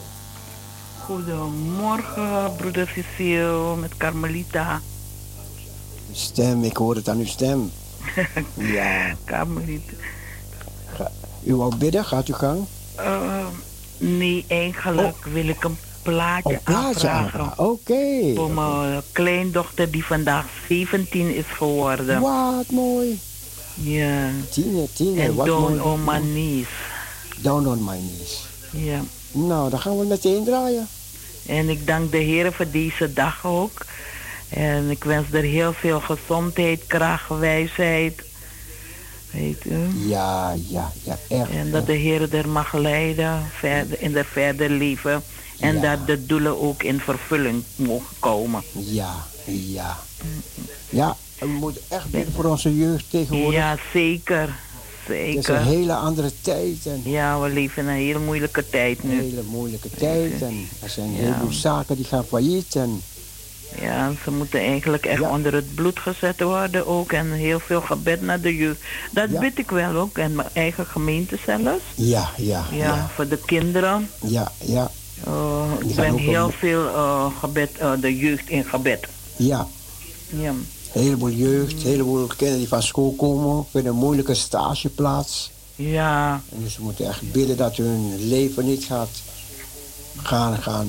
Goedemorgen, broeder Cecile met Carmelita. Stem, ik hoor het aan uw stem. Ja. Carmelita. Ga, u wou bidden, gaat u gang? Uh, nee, eigenlijk oh. wil ik een plaatje, oh, plaatje aanvragen. Oké. Okay. Voor mijn kleindochter die vandaag zeventien is geworden. Wat mooi. Ja. Tiener, tiener. En wat down mooi. on my knees. Down on my knees. Ja. Nou, dan gaan we meteen draaien. En ik dank de Heer voor deze dag ook. En ik wens er heel veel gezondheid, kracht, wijsheid. Weet u? Ja, ja, ja, echt. En dat de Heer er mag leiden verder, in het verder leven. En ja. dat de doelen ook in vervulling mogen komen. Ja, ja. Ja, we moeten echt bidden voor onze jeugd tegenwoordig. Ja, zeker. Zeker. Het is een hele andere tijd. En ja, we leven in een hele moeilijke tijd nu. Een hele moeilijke tijd. En er zijn ja. heel veel zaken die gaan failliet. En ja, ze moeten eigenlijk echt ja. onder het bloed gezet worden ook. En heel veel gebed naar de jeugd. Dat ja. bid ik wel ook. En mijn eigen gemeente zelfs. Ja, ja. Ja, ja. voor de kinderen. Ja, ja. Uh, ik breng heel een... veel uh, gebed, uh, de jeugd in gebed. Ja. Ja. Een heleboel jeugd, een heleboel kinderen die van school komen. Voor een moeilijke stageplaats. Ja. En dus we moeten echt bidden dat hun leven niet gaat gaan, gaan...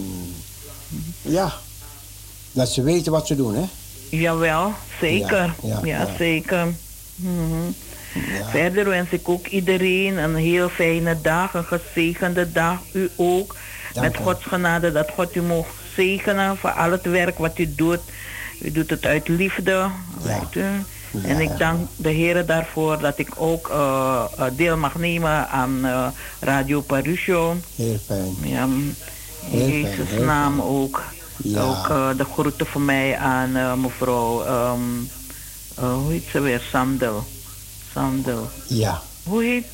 Ja. Dat ze weten wat ze doen, hè? Jawel, zeker. Ja, ja, ja, ja. zeker. Mm-hmm. Ja. Verder wens ik ook iedereen een heel fijne dag, een gezegende dag. U ook. Dank met Gods genade, dat God u mocht zegenen voor al het werk wat u doet. U doet het uit liefde, ja. weet u. Ja. En ik dank de Heer daarvoor dat ik ook uh, deel mag nemen aan uh, Radio Parousia. Heel fijn. Ja, in Jezus' naam ook. Ja. Ook uh, de groeten van mij aan uh, mevrouw, um, uh, hoe heet ze weer? Sandel. Sandel. Ja. Hoe heet?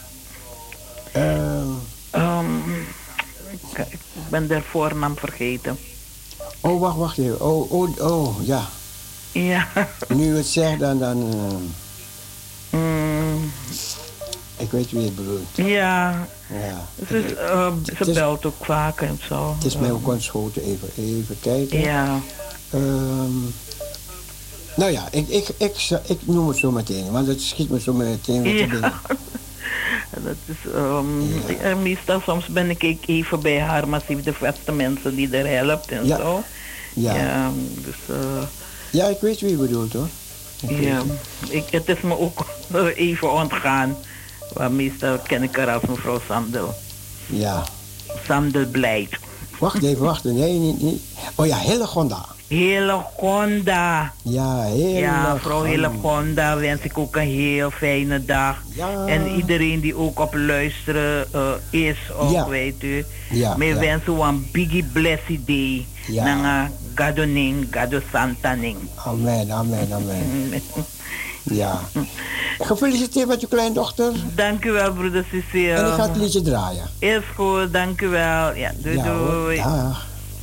Uh. Um, ik, ik ben de voornaam vergeten. Oh, wacht, wacht even. Oh, oh, oh, ja. Ja. Nu het zegt, dan... dan uh... mm. Ik weet wie het bedoelt. Ja. Ja. Ze, is, uh, ze belt ook vaak en zo. Het is mij ook ontschoten. Even, even kijken. Ja. Um, nou ja, ik, ik, ik, ik, ik noem het zo meteen. Want het schiet me zo meteen weer te binnen. Dat is, um, ja. meestal soms ben ik even bij haar, maar ze heeft de vaste mensen die er helpt en ja. zo. Ja. Ja, dus, uh, ja, ik weet wie je bedoelt hoor. Ik ja, ik, het is me ook even ontgaan. Maar meestal ken ik haar als mevrouw Sandel. Ja. Sandel Blijt. Wacht even, wacht. Nee, niet, niet. Oh ja, Hillegonda. Hillegonda. Ja, Hillegonda. Ja, mevrouw Hillegonda wens ik ook een heel fijne dag. Ja. En iedereen die ook op luisteren uh, is, ook, ja. weet u. Ja. Mij ja. wens u een biggie blessed day. Ja. Nanga gadoning, gado santaning. Amen, amen, amen. Ja. Gefeliciteerd met uw kleindochter. Dank u wel, broeder Cecile. En ik ga het liedje draaien. Is goed, dank u wel. Ja, doei ja, doei. Dag.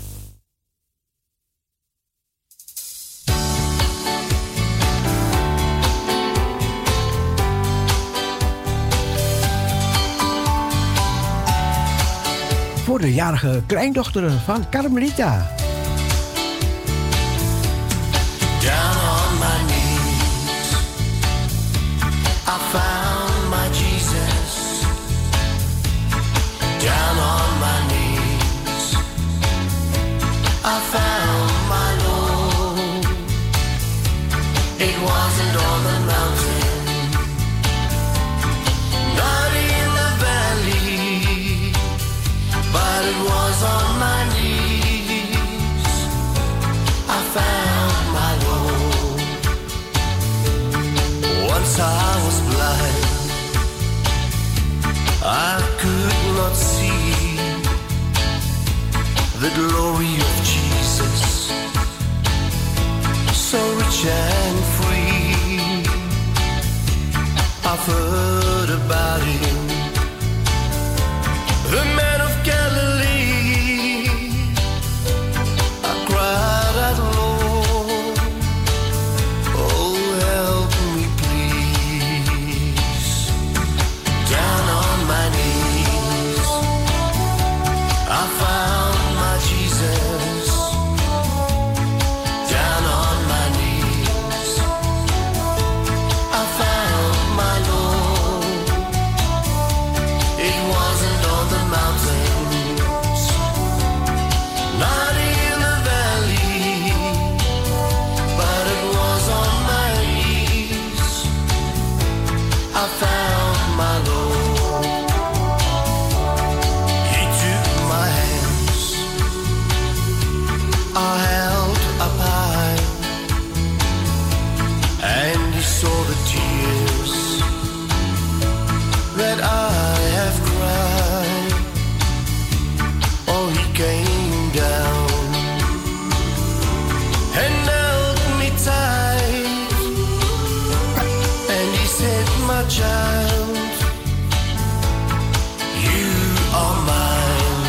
Voor de jarige kleindochter van Carmelita. Down on my knees, I found my Jesus. Down on my knees, I found my Lord. It wasn't on the mountain, not in the valley, but it was on my glory of Jesus, so rich and free. I've heard about him, the man of Galilee. I cried out, Lord, oh help me please. Down on my knees, I found my Jesus. Down on my knees, I found my Lord. It wasn't on the mountains, not in the valley, but it was on my knees. I found my Lord. He took my hands, I held up high, and he saw the tears that I have cried. Oh, he came down and held me tight, and he said, my child, you are mine.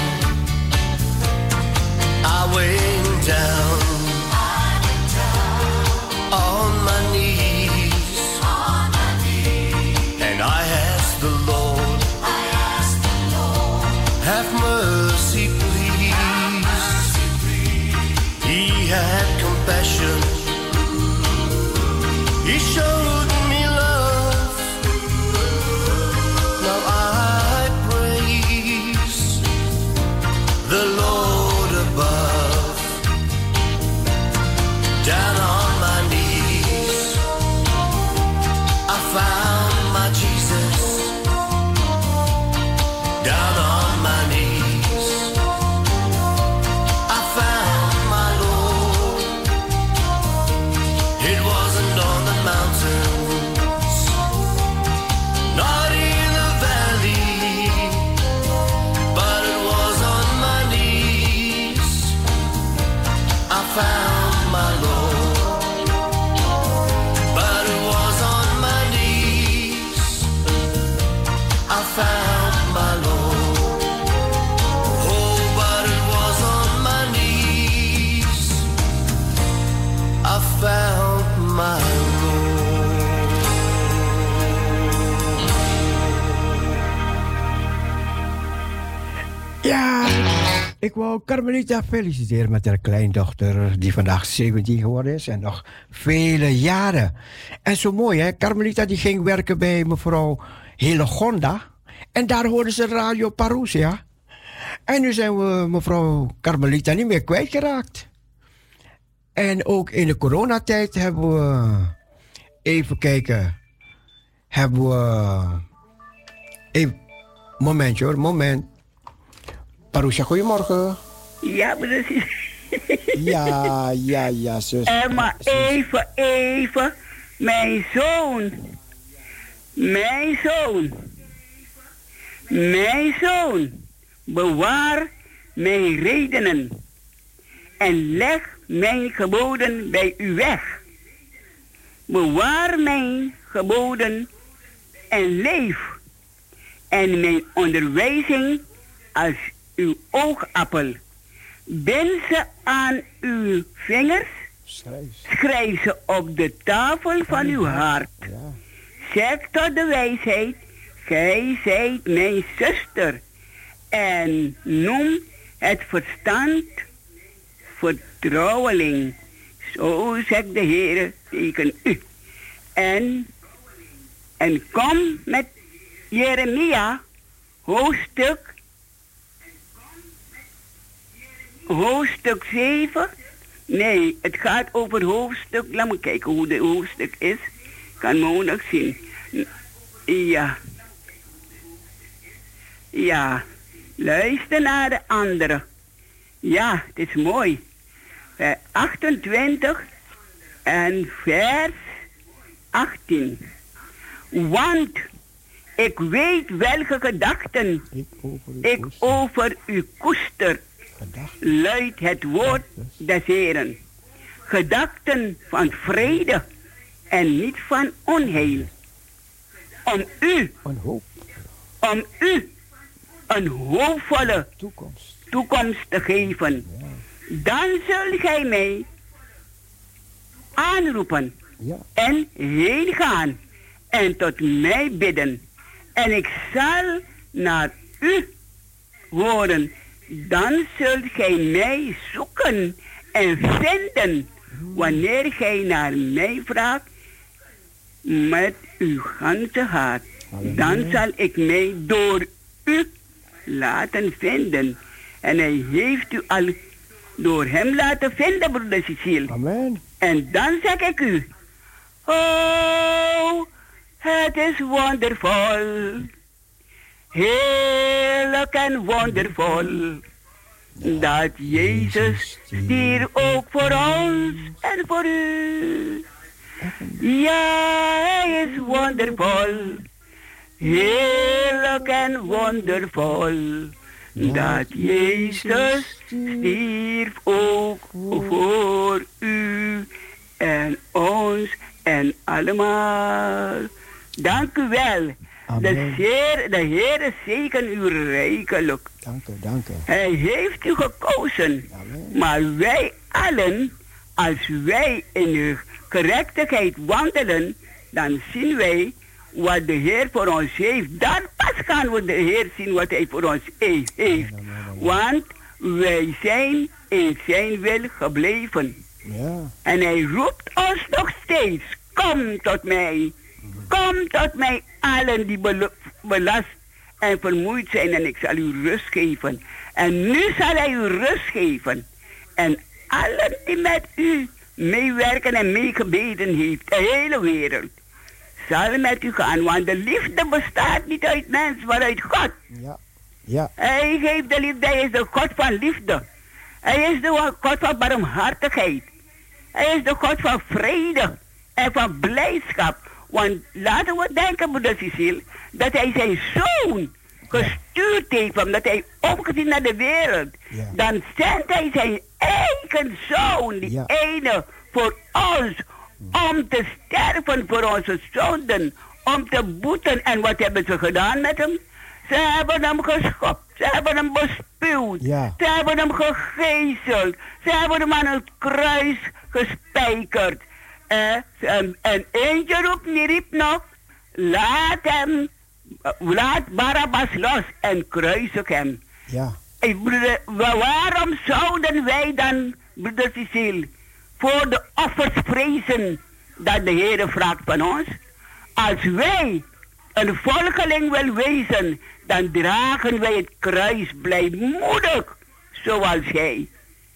I went down on my knees, and I asked the Lord, have mercy please. He had compassion, he showed me love. Now I praise the Lord above. Down on my knees, I found my Jesus. Down on my knees, I found my Lord. It wasn't on the mountains, not in the valley, but it was on my knees. I found my Lord, but it was on my knees. I found my Lord. Oh, but it was on my knees. I found my Lord. Ja, ik wou Carmelita feliciteren met haar kleindochter die vandaag zeventien geworden is en nog vele jaren. En zo mooi hè, Carmelita die ging werken bij mevrouw Hillegonda en daar hoorden ze Radio Parousia. En nu zijn we mevrouw Carmelita niet meer kwijtgeraakt. En ook in de coronatijd hebben we, even kijken, hebben we, even, momentje hoor, moment. Parousia, goedemorgen. Ja, precies. Ja, ja, ja, zus. En maar even, even. Mijn zoon. Mijn zoon. Mijn zoon. Bewaar mijn redenen. En leg mijn geboden bij u weg. Bewaar mijn geboden en leef. En mijn onderwijzing als uw oogappel. Bind ze aan uw vingers. Schrijf ze op de tafel van uw hart. Zeg tot de wijsheid, gij zijt mijn zuster. En noem het verstand vertrouweling. Zo zegt de Heer tegen u. En, en kom met Jeremia, hoofdstuk, hoofdstuk zeven. Nee, het gaat over hoofdstuk, laat me kijken hoe de hoofdstuk is. Kan mondig zien. Ja. Ja. Luister naar de andere. Ja, het is mooi. achtentwintig en vers achttien. Want ik weet welke gedachten ik over u koester. luidt het woord des Heeren. Gedachten van vrede en niet van onheil. Om u, om u een hoopvolle toekomst, toekomst te geven. Ja. Dan zult gij mij aanroepen ja. en heen gaan en tot mij bidden. En ik zal naar u horen. Dan zult gij mij zoeken en vinden wanneer gij naar mij vraagt met uw ganse hart. Dan zal ik mij door u laten vinden. En hij heeft u al door hem laten vinden, broeder Cecile. Amen. En dan zeg ik u, oh, het is wondervol. Heerlijk en wondervol. Dat Jezus stierf ook voor ons en voor u. Ja, hij is wondervol. Heerlijk en wondervol. Dat Jezus stierf ook voor u en ons en allemaal. Dank u wel. De Heer, de Heer zegen u rijkelijk. Dank u, dank u. Hij heeft u gekozen. Amen. Maar wij allen, als wij in de gerechtigheid wandelen, dan zien wij wat de Heer voor ons heeft. Dan pas gaan we de Heer zien wat hij voor ons heeft. Want wij zijn in zijn wil gebleven. Ja. En hij roept ons nog steeds. Kom tot mij. Kom tot mij allen die belast en vermoeid zijn en ik zal u rust geven. En nu zal hij u rust geven. En allen die met u meewerken en meegebeden heeft, de hele wereld, zal met u gaan. Want de liefde bestaat niet uit mens, maar uit God. Ja. Ja. Hij geeft de liefde, hij is de God van liefde. Hij is de God van barmhartigheid. Hij is de God van vrede en van blijdschap. Want laten we denken, broeder Cecile, dat hij zijn zoon gestuurd heeft, omdat hij opgezien naar de wereld. Ja. Dan zendt hij zijn eigen zoon, die ja. ene, voor ons, om te sterven voor onze zonden, om te boeten. En wat hebben ze gedaan met hem? Ze hebben hem geschopt, ze hebben hem bespuwd, ja. ze hebben hem gegezeld, ze hebben hem aan het kruis gespijkerd. Eh, en, en eentje roept, die riep nog, laat hem, laat Barabbas los en kruisig hem. Ja. Ik, broeder, waarom zouden wij dan, broeder Cecile, voor de offers vrezen dat de Heer vraagt van ons? Als wij een volgeling wil wezen, dan dragen wij het kruis blijmoedig, zoals hij.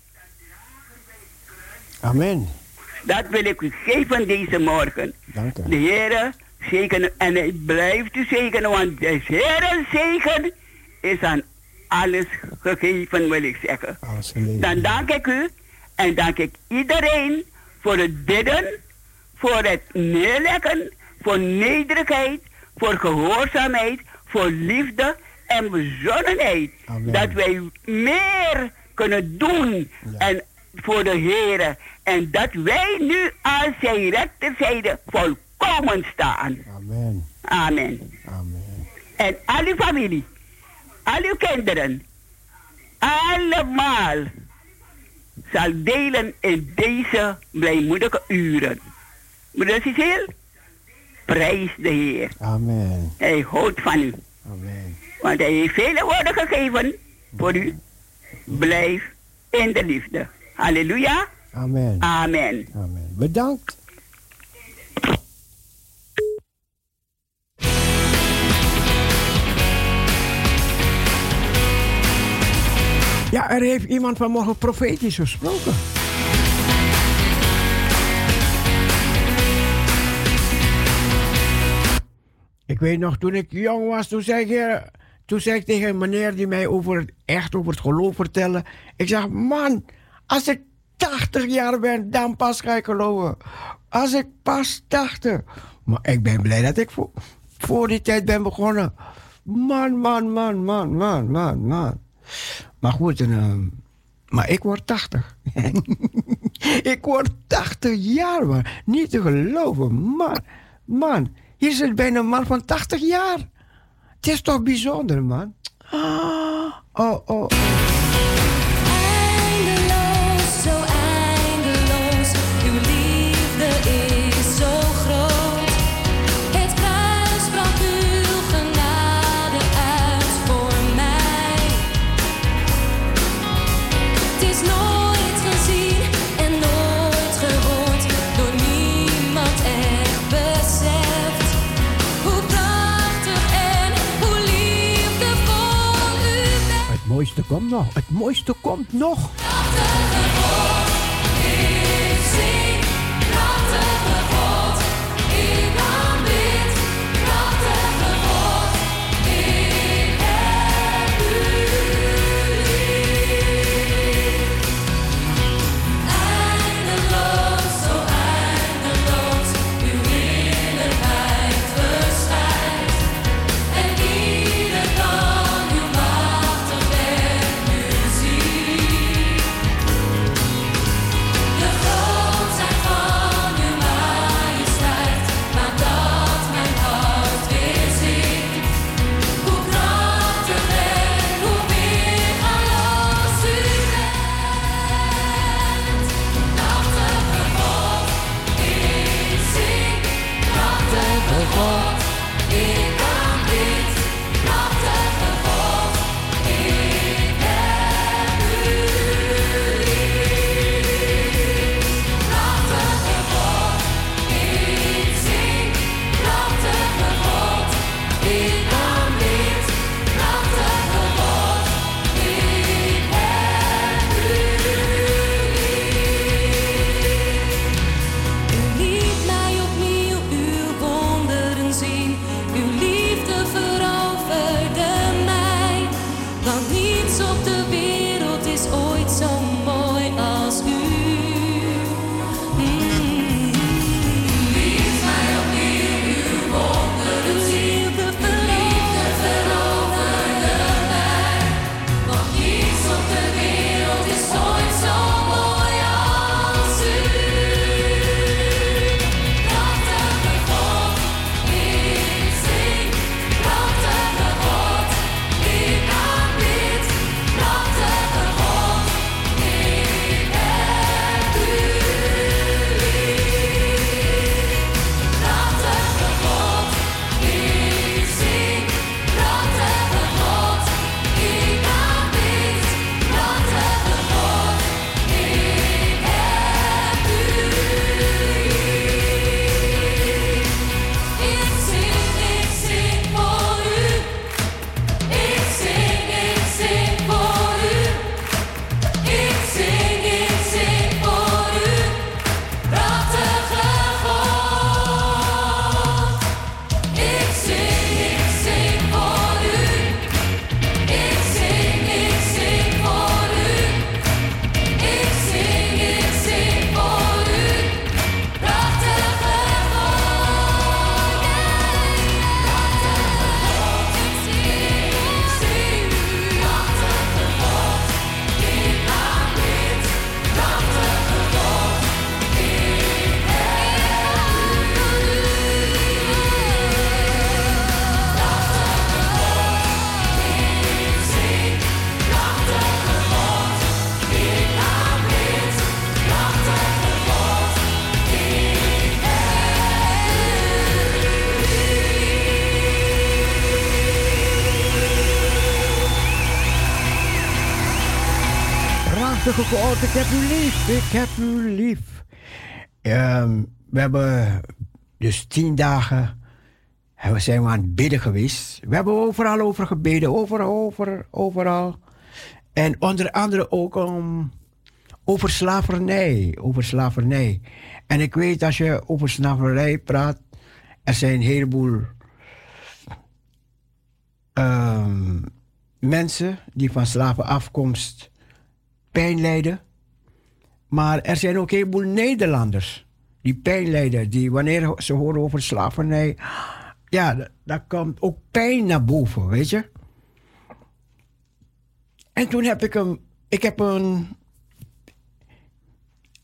Amen. Dat wil ik u geven deze morgen. Dank u. De Heer zegenen en hij blijft u zegenen, want de Heer zegen is aan alles gegeven, wil ik zeggen. Dan dank ik u en dank ik iedereen voor het bidden, voor het neerleggen, voor nederigheid, voor gehoorzaamheid, voor liefde en bezonnenheid. Amen. Dat wij meer kunnen doen ja. en voor de Heer. En dat wij nu als zijn rechterzijde volkomen staan. Amen. Amen. Amen. En al uw familie, al uw kinderen, allemaal zal delen in deze blijmoedige uren. Broeder Cecile, prijs de Heer. Amen. Hij houdt van u. Amen. Want hij heeft vele woorden gegeven voor u. Blijf in de liefde. Halleluja. Amen. Amen. Amen. Bedankt. Ja, er heeft iemand vanmorgen profetisch gesproken. Ik weet nog, toen ik jong was, toen zei ik, toen zei ik tegen een meneer die mij over het, echt over het geloof vertelde. Ik zeg, man, als ik tachtig jaar ben, dan pas ga ik geloven. Als ik pas tachtig. Maar ik ben blij dat ik voor, voor die tijd ben begonnen. Man, man, man, man, man, man, man. Maar goed, en, uh, Maar ik word tachtig. Ik word tachtig jaar, man. Niet te geloven, man. Man, hier zit bijna een man van tachtig jaar. Het is toch bijzonder, man. Oh, oh, oh. Eindeloos, zo eindeloos. Uw liefde is zo groot. Het kruis bracht uw genade uit voor mij. Het is nooit gezien en nooit gehoord. Door niemand echt beseft. Hoe prachtig en hoe liefdevol u bent. Het mooiste komt nog. Het mooiste komt nog. Prachtige God, ik zing. Prachtige God, ik aanbid. Prachtige God, ik heb u lief. Eindeloos, zo eindeloos, uw heerlijkheid verschijnt. En ieder kan uw machtig werk nu zien. De grootheid van uw majesteit maakt dat mijn hart weer zingt. Hoe krachtig en hoe weergaloos u bent. Prachtige God, ik zing. Prachtige God, ik aanbid. Prachtige God, ik heb u lief. Prachtige God, ik zing. Prachtige God, ik aanbid. Prachtige God, ik heb u lief. U liet mij opnieuw uw wonderen zien. Uw liefde veroverde mij. Want niets op de wereld is ooit zo mooi als u. Mm. Liet mij opnieuw uw wonderen zien. Uw liefde veroverde mij. Want niets op de wereld is ooit zo mooi als u. Prachtige God, ik zing. Prachtige God, ik aanbid. Prachtige God, ik heb u lief. Prachtige God, ik zing. Prachtige God, ik aanbid. Prachtige God, ik heb u lief. Ik zing, ik zing voor u. Ik zing, ik zing voor u. Ik zing, ik zing voor u. Prachtige God. Ik zing, ik zing voor u. Ik zing, ik zing voor u. Ik zing, ik zing voor u. Prachtige God. Ik zing, ik zing. Prachtige God, ik aanbid. Prachtige God, ik heb u lief. Prachtige God, ik zing. Prachtige God, ik aanbid. Prachtige God, ik Prachtige God, ik heb u lief. Ik heb u lief. Ehm, we hebben dus tien dagen en we zijn we aan het bidden geweest. We hebben overal over gebeden. Overal, over, overal. En onder andere ook um, over slavernij. Over slavernij. En ik weet, als je over slavernij praat, er zijn een heleboel um, mensen die van slavenafkomst pijn lijden. Maar er zijn ook een heleboel Nederlanders die pijn lijden. Die wanneer ze horen over slavernij, ja, daar komt ook pijn naar boven, weet je. En toen heb ik een, ik heb een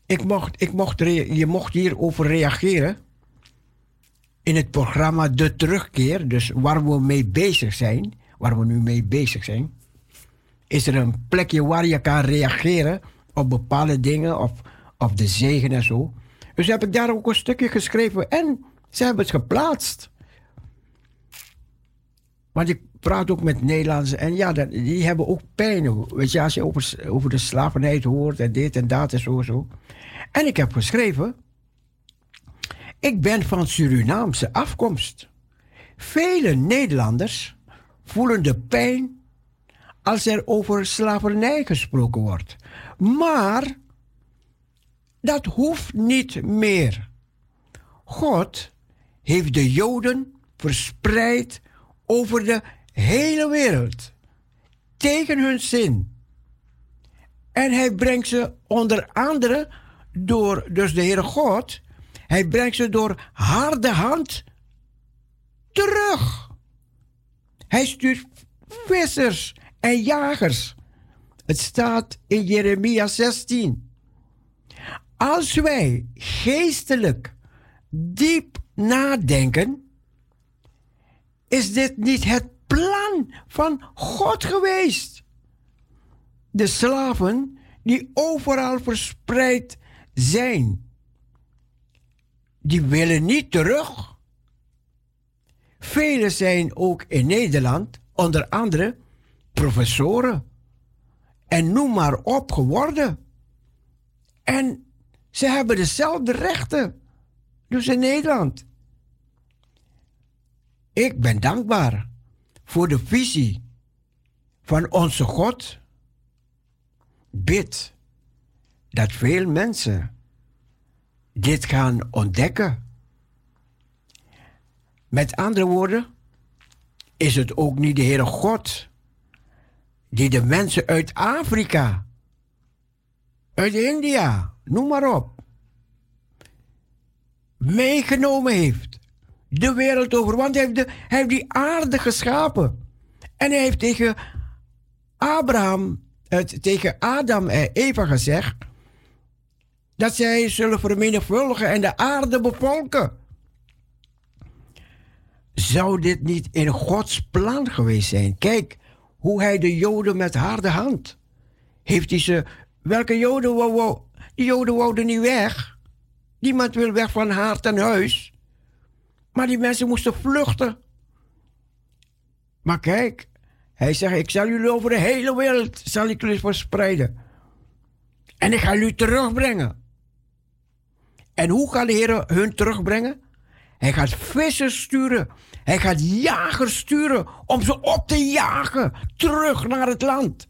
ik mocht, ik mocht rea- je mocht hierover reageren in het programma De Terugkeer, dus waar we mee bezig zijn, waar we nu mee bezig zijn, is er een plekje waar je kan reageren op bepaalde dingen, of, of de zegen en zo. Dus heb ik daar ook een stukje geschreven en ze hebben het geplaatst. Want ik praat ook met Nederlanders en ja, dat, die hebben ook pijn. Weet je, als je over, over de slavernij hoort en dit en dat en zo, zo. En ik heb geschreven, ik ben van Surinaamse afkomst. Vele Nederlanders voelen de pijn als er over slavernij gesproken wordt. Maar dat hoeft niet meer. God heeft de Joden verspreid over de hele wereld, tegen hun zin. En hij brengt ze onder andere door, dus de Heere God, hij brengt ze door harde hand terug. Hij stuurt vissers en jagers. Het staat in Jeremia zestien. Als wij geestelijk diep nadenken, is dit niet het plan van God geweest? De slaven die overal verspreid zijn, die willen niet terug. Velen zijn ook in Nederland, onder andere professoren en noem maar op geworden. En ze hebben dezelfde rechten, dus in Nederland. Ik ben dankbaar voor de visie van onze God. Bid dat veel mensen dit gaan ontdekken. Met andere woorden, is het ook niet de Heere God die de mensen uit Afrika, uit India, noem maar op, meegenomen heeft. De wereld over, want hij heeft, de, hij heeft die aarde geschapen. En hij heeft tegen Abraham, uh, tegen Adam en Eva gezegd dat zij zullen vermenigvuldigen en de aarde bevolken. Zou dit niet in Gods plan geweest zijn? Kijk hoe hij de Joden met harde hand heeft hij ze. Welke Joden wou, wou, die Joden wouden niet weg. Niemand wil weg van hart en huis. Maar die mensen moesten vluchten. Maar kijk, hij zegt, ik zal jullie over de hele wereld zal ik jullie verspreiden. En ik ga jullie terugbrengen. En hoe gaat de Heer hun terugbrengen? Hij gaat vissers sturen. Hij gaat jagers sturen om ze op te jagen. Terug naar het land.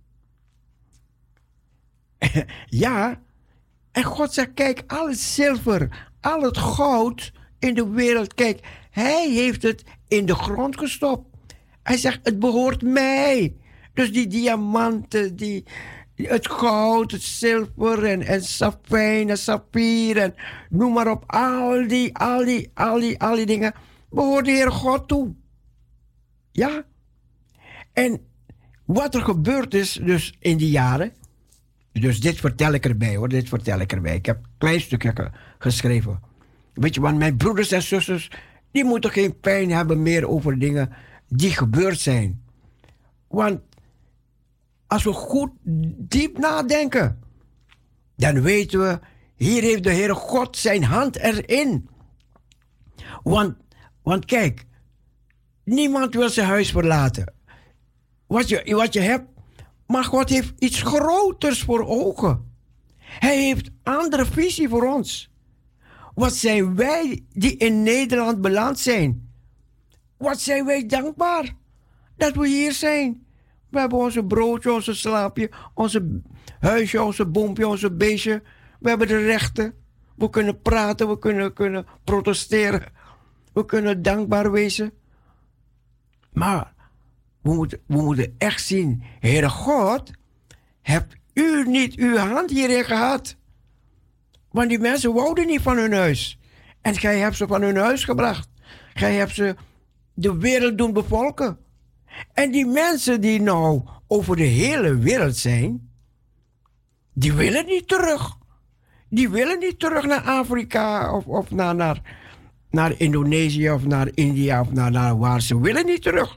Ja. En God zegt, kijk, al het zilver, al het goud in de wereld. Kijk, hij heeft het in de grond gestopt. Hij zegt, het behoort mij. Dus die diamanten, die, het goud, het zilver en, en safijn en saffier en noem maar op. Al die, al die, al die, al die dingen behoort de Heer God toe. Ja. En wat er gebeurd is dus in die jaren. Dus dit vertel ik erbij hoor, dit vertel ik erbij. Ik heb een klein stukje ge- geschreven. Weet je, want mijn broeders en zusters, die moeten geen pijn hebben meer over dingen die gebeurd zijn. Want als we goed diep nadenken, dan weten we, hier heeft de Heere God zijn hand erin. Want, want kijk, niemand wil zijn huis verlaten. Wat je, wat je hebt, maar God heeft iets groters voor ogen. Hij heeft andere visie voor ons. Wat zijn wij die in Nederland beland zijn? Wat zijn wij dankbaar dat we hier zijn. We hebben onze broodje, onze slaapje, onze huisje, onze boompje, onze beestje. We hebben de rechten. We kunnen praten, we kunnen, kunnen protesteren. We kunnen dankbaar wezen. Maar we moeten, we moeten echt zien, Heere God, hebt u niet uw hand hierin gehad? Want die mensen wouden niet van hun huis. En gij hebt ze van hun huis gebracht. Gij hebt ze de wereld doen bevolken. En die mensen die nou over de hele wereld zijn, die willen niet terug. Die willen niet terug naar Afrika of, of naar, naar, naar Indonesië of naar India of naar, naar waar. Ze willen niet terug.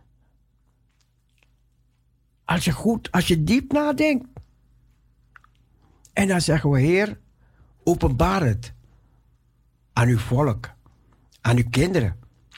Als je goed, als je diep nadenkt. En dan zeggen we, Heer, openbaar het aan uw volk, aan uw kinderen.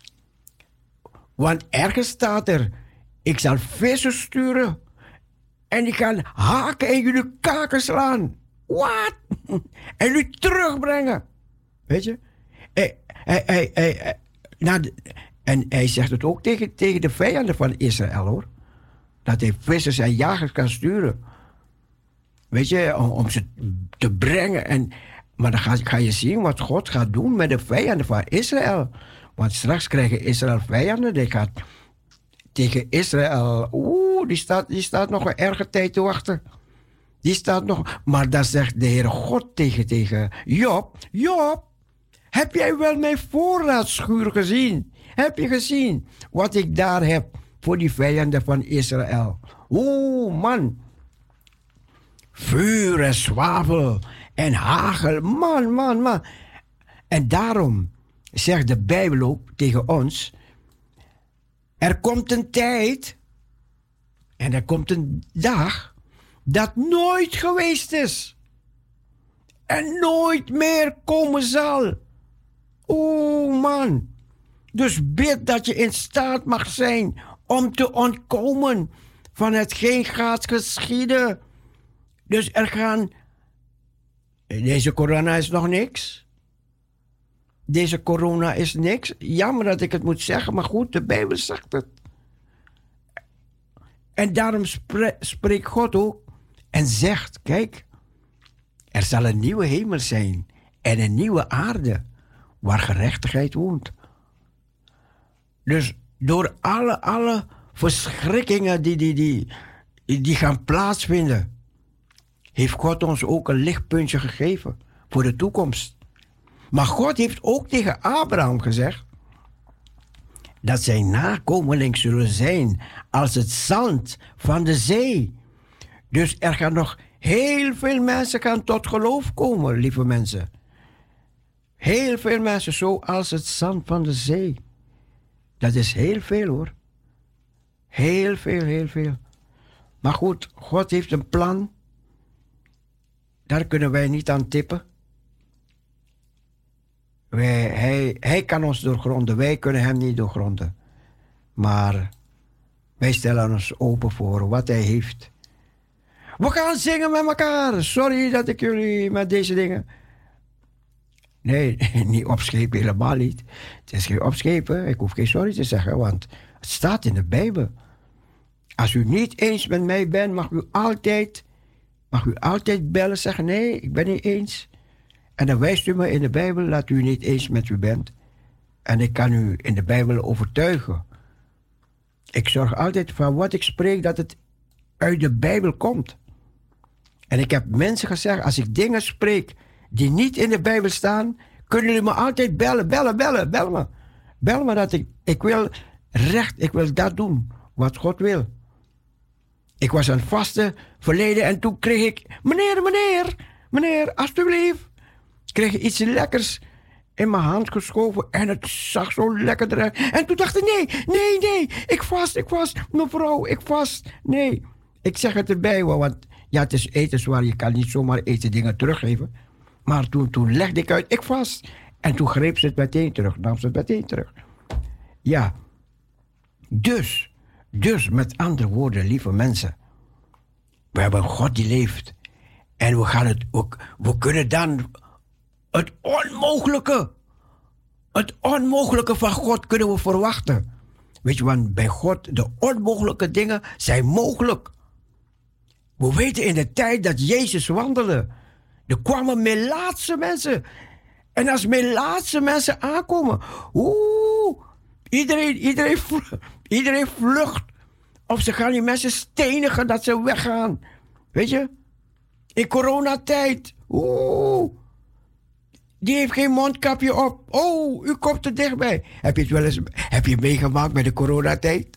Want ergens staat er, ik zal vissen sturen en die gaan haken en jullie kaken slaan. Wat? En u terugbrengen. Weet je? Hij, hij, hij, hij, nou, de, en hij zegt het ook tegen, tegen de vijanden van Israël, hoor. Dat hij vissers en jagers kan sturen. Weet je, om, om ze te brengen. En, maar dan ga, ga je zien wat God gaat doen met de vijanden van Israël. Want straks krijgen Israël vijanden. Die gaat tegen Israël. Oeh, die staat, die staat nog een erge tijd te wachten. Die staat nog. Maar dan zegt de Heere God tegen, tegen Job. Job, heb jij wel mijn voorraadschuur gezien? Heb je gezien wat ik daar heb voor die vijanden van Israël? Oeh, man. Vuur en zwavel en hagel. Man, man, man. En daarom zegt de Bijbel ook tegen ons. Er komt een tijd. En er komt een dag. Dat nooit geweest is. En nooit meer komen zal. Oeh, man. Dus bid dat je in staat mag zijn om te ontkomen van hetgeen gaat geschieden. Dus er gaan... Deze corona is nog niks. Deze corona is niks. Jammer dat ik het moet zeggen, maar goed, de Bijbel zegt het. En daarom spre- spreekt God ook en zegt, kijk, er zal een nieuwe hemel zijn en een nieuwe aarde waar gerechtigheid woont. Dus door alle, alle verschrikkingen die, die, die, die gaan plaatsvinden, heeft God ons ook een lichtpuntje gegeven voor de toekomst. Maar God heeft ook tegen Abraham gezegd dat zijn nakomelingen zullen zijn als het zand van de zee. Dus er gaan nog heel veel mensen gaan tot geloof komen, lieve mensen. Heel veel mensen, zoals het zand van de zee. Dat is heel veel, hoor. Heel veel, heel veel. Maar goed, God heeft een plan. Daar kunnen wij niet aan tippen. Wij, hij, hij kan ons doorgronden, wij kunnen hem niet doorgronden. Maar wij stellen ons open voor wat hij heeft. We gaan zingen met elkaar. Sorry dat ik jullie met deze dingen... Nee, niet opschepen, helemaal niet. Het is geen opschepen, ik hoef geen sorry te zeggen, want het staat in de Bijbel. Als u niet eens met mij bent, mag u altijd, mag u altijd bellen, zeggen, nee, ik ben niet eens. En dan wijst u me in de Bijbel dat u niet eens met u bent. En ik kan u in de Bijbel overtuigen. Ik zorg altijd van wat ik spreek, dat het uit de Bijbel komt. En ik heb mensen gezegd, als ik dingen spreek die niet in de Bijbel staan, kunnen jullie me altijd bellen, bellen, bellen, bel me. Bel me dat ik, ik wil recht, ik wil dat doen, wat God wil. Ik was aan het vasten verleden en toen kreeg ik, meneer, meneer, meneer, alsjeblieft. Kreeg ik iets lekkers in mijn hand geschoven en het zag zo lekker eruit. En toen dacht ik, nee, nee, nee, ik vast, ik vast, mevrouw, ik vast. Nee, ik zeg het erbij, want ja, het is etenswaar, je kan niet zomaar eten dingen teruggeven. Maar toen, toen legde ik uit, ik vast. En toen greep ze het meteen terug, nam ze het meteen terug. Ja, dus, dus met andere woorden, lieve mensen. We hebben een God die leeft. En we gaan het ook, we kunnen dan het onmogelijke, het onmogelijke van God kunnen we verwachten. Weet je, want bij God, de onmogelijke dingen zijn mogelijk. We weten in de tijd dat Jezus wandelde, er kwamen Melaatse mensen. En als Melaatse mensen aankomen, oeh, iedereen, iedereen, iedereen vlucht. Of ze gaan die mensen stenigen dat ze weggaan. Weet je? In coronatijd, oeh, die heeft geen mondkapje op. Oh, u komt er dichtbij. Heb je het wel eens heb je meegemaakt met de coronatijd?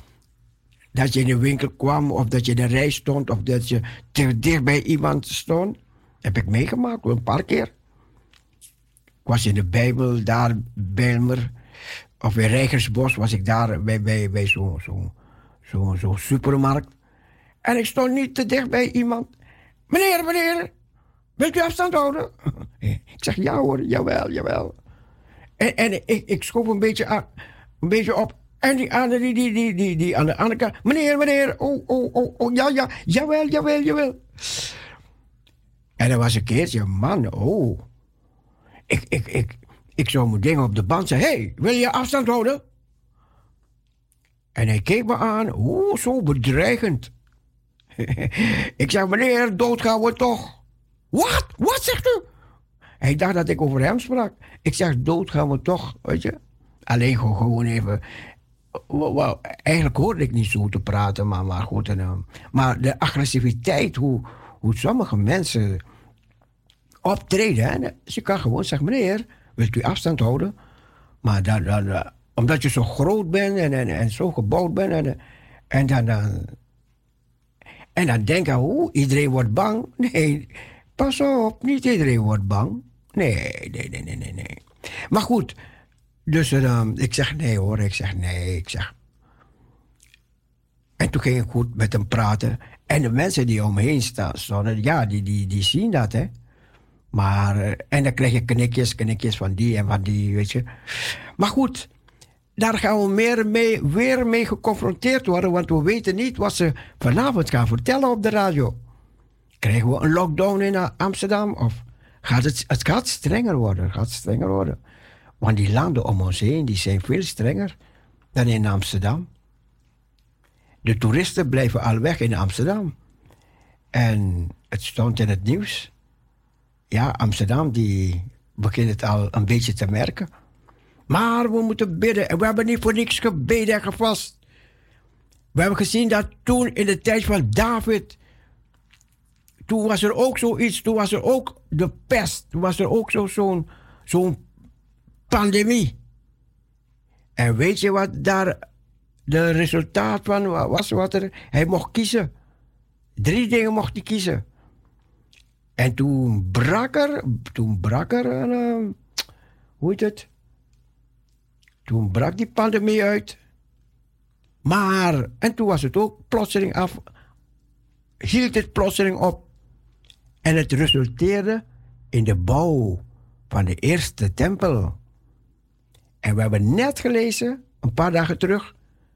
Dat je in de winkel kwam, of dat je in de rij stond, of dat je te dicht bij iemand stond. Heb ik meegemaakt, een paar keer. Ik was in de Bijbel, daar, Bijlmer, of in Rijgersbos, was ik daar bij, bij, bij zo'n zo, zo, zo supermarkt. En ik stond niet te dicht bij iemand. Meneer, meneer, wilt u afstand houden? Ik zeg, ja hoor, jawel, jawel. En, en ik, ik schoof een beetje, aan, een beetje op. En die andere, die, die, die, die, die aan de andere kant. Meneer, meneer, oh, oh, oh, oh, ja, ja, jawel, jawel, jawel. En er was een keertje, man, oh. Ik, ik, ik, ik zou mijn ding op de band zeggen. Hé, hey, wil je afstand houden? En hij keek me aan, oeh, zo bedreigend. Ik zeg, meneer, dood gaan we toch? Wat? Wat zegt u? Hij dacht dat ik over hem sprak. Ik zeg, dood gaan we toch, weet je? Alleen gewoon even... Well, eigenlijk hoorde ik niet zo te praten, maar, maar goed. En, uh, maar de agressiviteit, hoe, hoe sommige mensen optreden. Hè? Ze kan gewoon zeggen, meneer, wilt u afstand houden? Maar dan, dan, uh, omdat je zo groot bent en, en, en zo gebouwd bent. En, en dan... dan En dan denken, hoe iedereen wordt bang. Nee, pas op, niet iedereen wordt bang. Nee, nee, nee, nee, nee, nee. Maar goed, dus uh, ik zeg nee hoor, ik zeg nee, ik zeg. En toen ging ik goed met hem praten. En de mensen die om me heen staan, stonden, ja, die, die, die zien dat, hè. Maar, uh, en dan krijg je knikjes, knikjes van die en van die, weet je. Maar goed... Daar gaan we meer mee, weer mee geconfronteerd worden, want we weten niet wat ze vanavond gaan vertellen op de radio. Krijgen we een lockdown in Amsterdam of gaat het, het gaat strenger worden, het gaat strenger worden. Want die landen om ons heen, die zijn veel strenger dan in Amsterdam. De toeristen blijven al weg in Amsterdam. En het stond in het nieuws. Ja, Amsterdam die begint het al een beetje te merken. Maar we moeten bidden. En we hebben niet voor niks gebeden en gevast. We hebben gezien dat toen in de tijd van David... Toen was er ook zoiets. Toen was er ook de pest. Toen was er ook zo, zo'n, zo'n pandemie. En weet je wat daar de resultaat van was? Wat er, hij mocht kiezen. Drie dingen mocht hij kiezen. En toen brak er... Toen brak er een... Uh, hoe heet het? Toen brak die pandemie uit. Maar, en toen was het ook plotseling af. Hield het plotseling op. En het resulteerde in de bouw van de eerste tempel. En we hebben net gelezen, een paar dagen terug.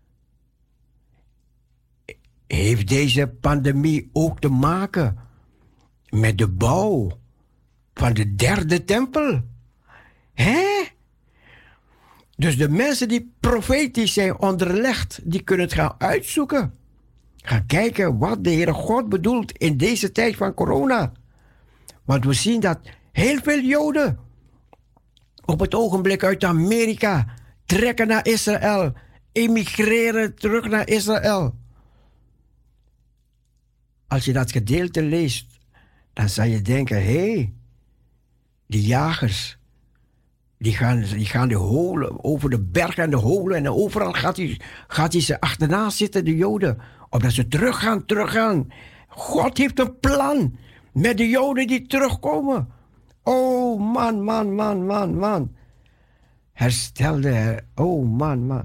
Heeft deze pandemie ook te maken met de bouw van de derde tempel? Hè? Dus de mensen die profetisch zijn onderlegd, die kunnen het gaan uitzoeken. Gaan kijken wat de Heere God bedoelt in deze tijd van corona. Want we zien dat heel veel Joden op het ogenblik uit Amerika trekken naar Israël. Emigreren terug naar Israël. Als je dat gedeelte leest, dan zal je denken, hé, hey, die jagers... Die gaan, die gaan de holen, over de bergen en de holen. En overal gaat hij, gaat hij ze achterna zitten, de Joden. Omdat ze teruggaan, teruggaan. God heeft een plan met de Joden die terugkomen. Oh, man, man, man, man, man. Herstelde, oh, man, man.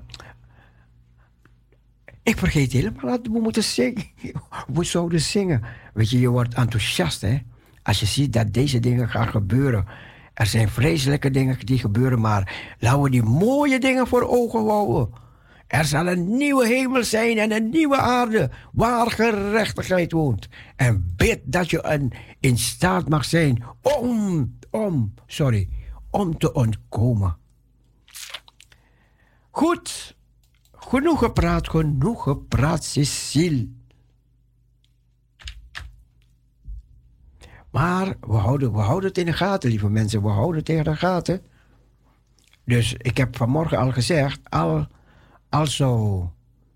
Ik vergeet helemaal dat we moeten zingen. We zouden zingen. Weet je, je wordt enthousiast, hè. Als je ziet dat deze dingen gaan gebeuren... Er zijn vreselijke dingen die gebeuren, maar laten we die mooie dingen voor ogen houden. Er zal een nieuwe hemel zijn en een nieuwe aarde waar gerechtigheid woont. En bid dat je een, in staat mag zijn om, om, sorry, om te ontkomen. Goed, genoeg gepraat, genoeg gepraat, Cecile. Maar we houden, we houden het in de gaten, lieve mensen. We houden het in de gaten. Dus ik heb vanmorgen al gezegd... Al, al zo...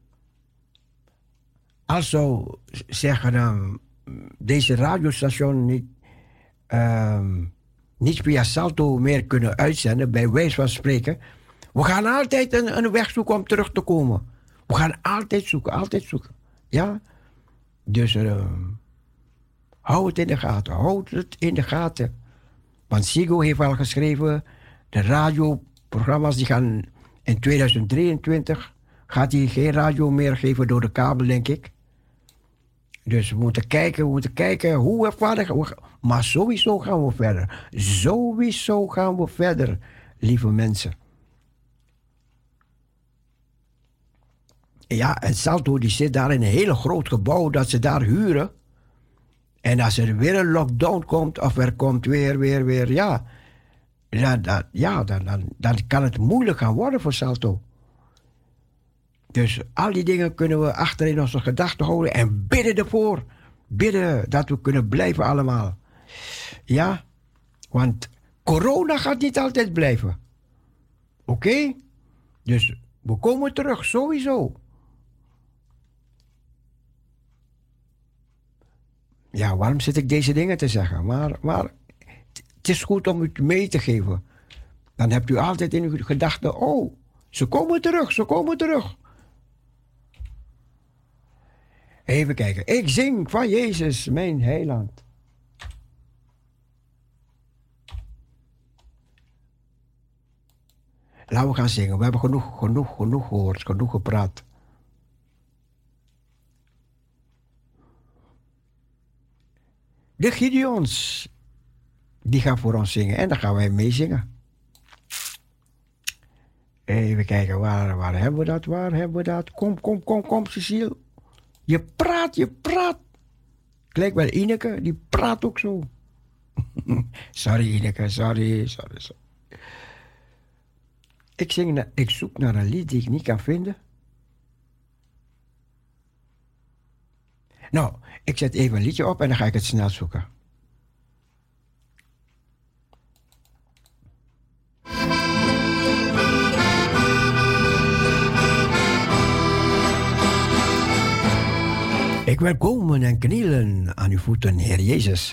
Al zo zeggen... Um, deze radiostation niet... Um, niet via Salto meer kunnen uitzenden... bij wijze van spreken... We gaan altijd een, een weg zoeken om terug te komen. We gaan altijd zoeken, altijd zoeken. Ja? Dus... Um, Hou het in de gaten. Houd het in de gaten. Want Ziggo heeft al geschreven, de radioprogramma's die gaan in tweeduizend drieëntwintig, gaat hij geen radio meer geven door de kabel, denk ik. Dus we moeten kijken, we moeten kijken hoe we verder gaan. Maar sowieso gaan we verder. Sowieso gaan we verder, lieve mensen. Ja, en Salto die zit daar in een hele groot gebouw dat ze daar huren. En als er weer een lockdown komt, of er komt weer, weer, weer, ja. Dan, dan, ja, dan, dan, dan kan het moeilijk gaan worden voor Salto. Dus al die dingen kunnen we achter in onze gedachten houden en bidden ervoor. Bidden dat we kunnen blijven allemaal. Ja, want corona gaat niet altijd blijven. Oké? Okay? Dus we komen terug, sowieso. Ja, waarom zit ik deze dingen te zeggen? Maar, maar het is goed om het mee te geven. Dan hebt u altijd in uw gedachten, oh, ze komen terug, ze komen terug. Even kijken. Ik zing van Jezus, mijn heiland. Laten we gaan zingen. We hebben genoeg, genoeg, genoeg gehoord, genoeg gepraat. De Gideons, die gaan voor ons zingen en dan gaan wij meezingen. Even kijken, waar, waar hebben we dat, waar hebben we dat? Kom, kom, kom, kom, Cecile. Je praat, je praat. Kijk wel Ineke, die praat ook zo. Sorry Ineke, sorry, sorry, sorry. Ik, zing na, ik zoek naar een lied die ik niet kan vinden. Nou, ik zet even een liedje op en dan ga ik het snel zoeken. Ik wil komen en knielen aan uw voeten, Heer Jezus.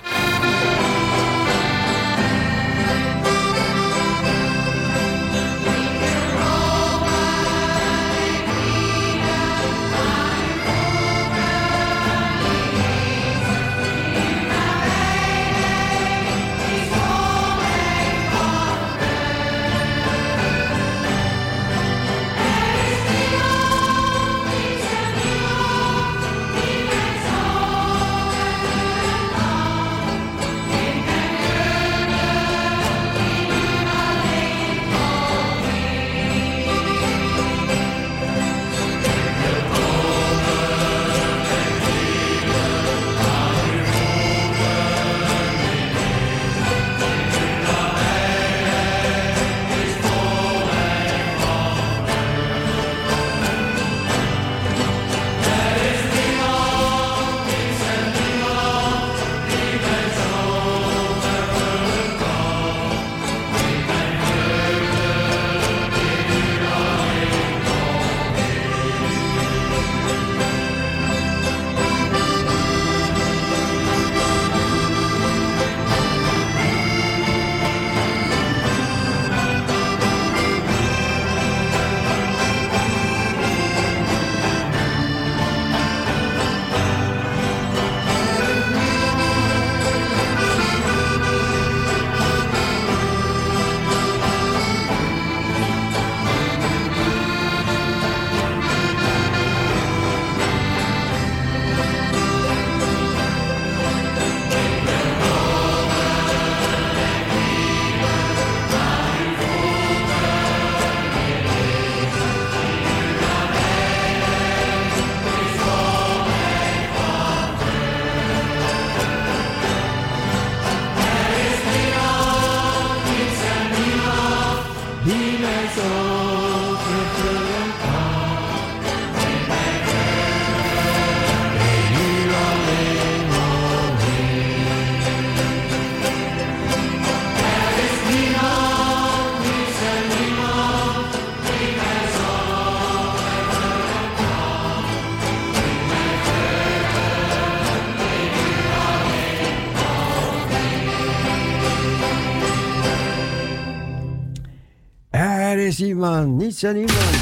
Er is iemand, niets en iemand.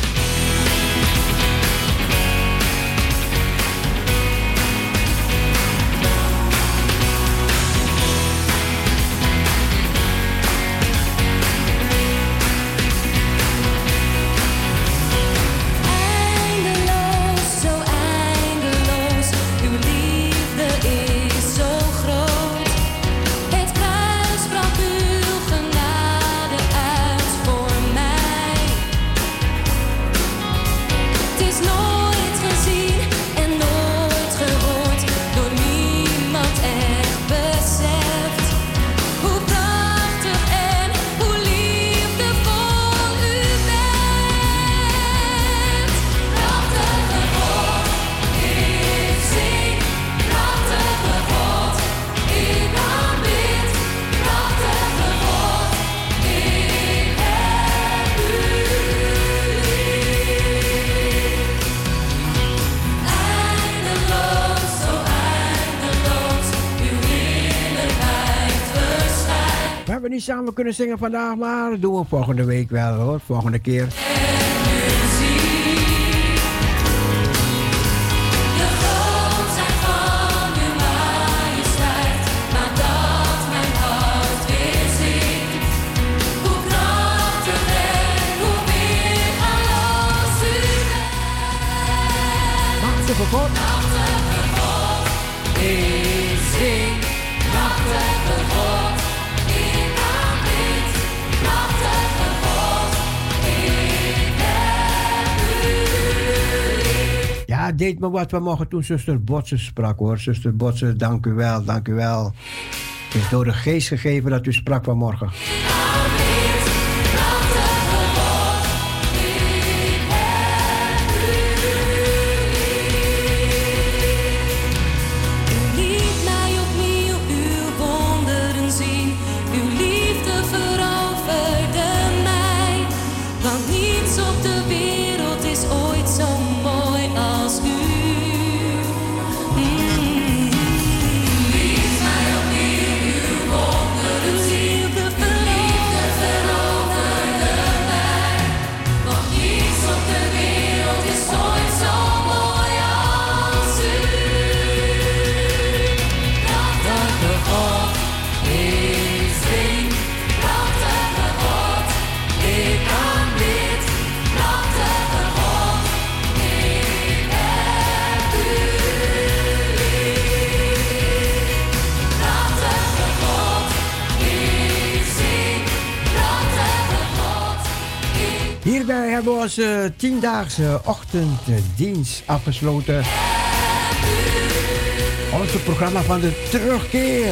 We hebben niet samen kunnen zingen vandaag, maar dat doen we volgende week wel hoor. Volgende keer. Machtige God. Machtige God. Ik zing. Machtige God. Ik aanbid. Machtige God. Ik heb u lief. Ja, deed me wat vanmorgen toen zuster Botsen sprak hoor. Zuster Botsen, dank u wel, dank u wel. Het is door de geest gegeven dat u sprak vanmorgen. Hierbij hebben we onze tiendaagse ochtenddienst afgesloten. Onze programma van de terugkeer.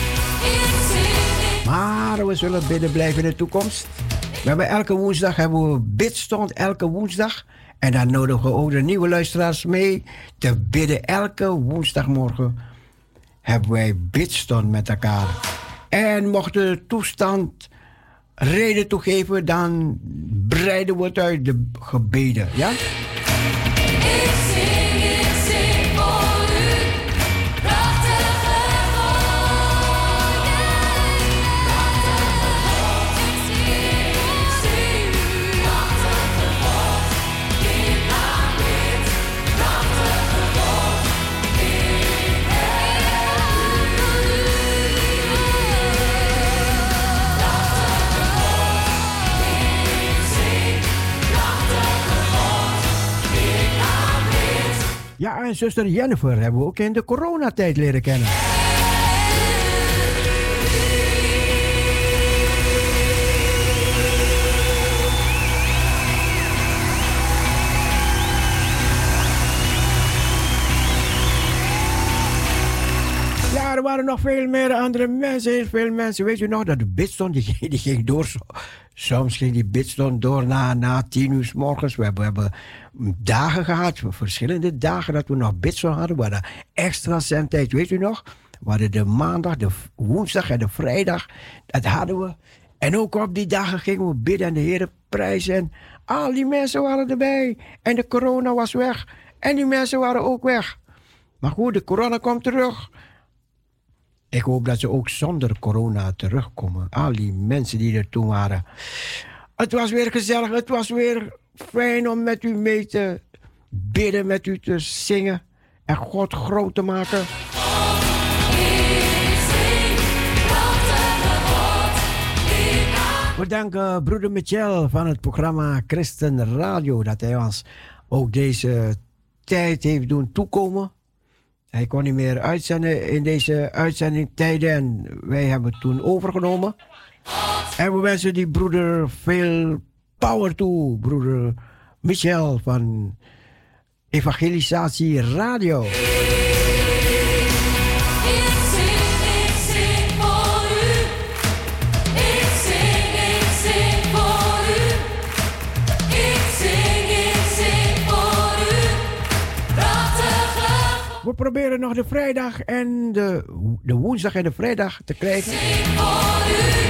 Maar we zullen bidden blijven in de toekomst. We hebben elke woensdag hebben we bidstond, elke woensdag. En dan nodigen we ook de nieuwe luisteraars mee te bidden. Elke woensdagmorgen hebben wij bidstond met elkaar. En mocht de toestand reden toegeven, dan breiden we het uit de gebeden. Ja? Ik zing, ik zing voor u, prachtige God. Prachtige God, ik zing, ik zing, prachtige God. Ik aanbid, prachtige God. Ik heb u lief. Ja, en zuster Jennifer hebben we ook in de coronatijd leren kennen. Ja, er waren nog veel meer andere mensen, heel veel mensen. Weet u nog dat de bidstond, die, die ging door. Soms ging die bidstond door na, na tien uur 's morgens. We hebben, we hebben dagen gehad, verschillende dagen dat we nog bidstond hadden. We hadden extra zendtijd, weet u nog? We hadden de maandag, de woensdag en de vrijdag. Dat hadden we. En ook op die dagen gingen we bidden en de Heer prijzen. En al die mensen waren erbij. En de corona was weg. En die mensen waren ook weg. Maar goed, de corona komt terug. Ik hoop dat ze ook zonder corona terugkomen. Al die mensen die er toen waren. Het was weer gezellig. Het was weer fijn om met u mee te bidden, met u te zingen. En God groot te maken. We danken broeder Michel van het programma Christen Radio. Dat hij ons ook deze tijd heeft doen toekomen. Hij kon niet meer uitzenden in deze uitzendingtijden en wij hebben het toen overgenomen. En we wensen die broeder veel power toe, broeder Michel van Evangelisatie Radio. We proberen nog de vrijdag en de, de woensdag en de vrijdag te krijgen.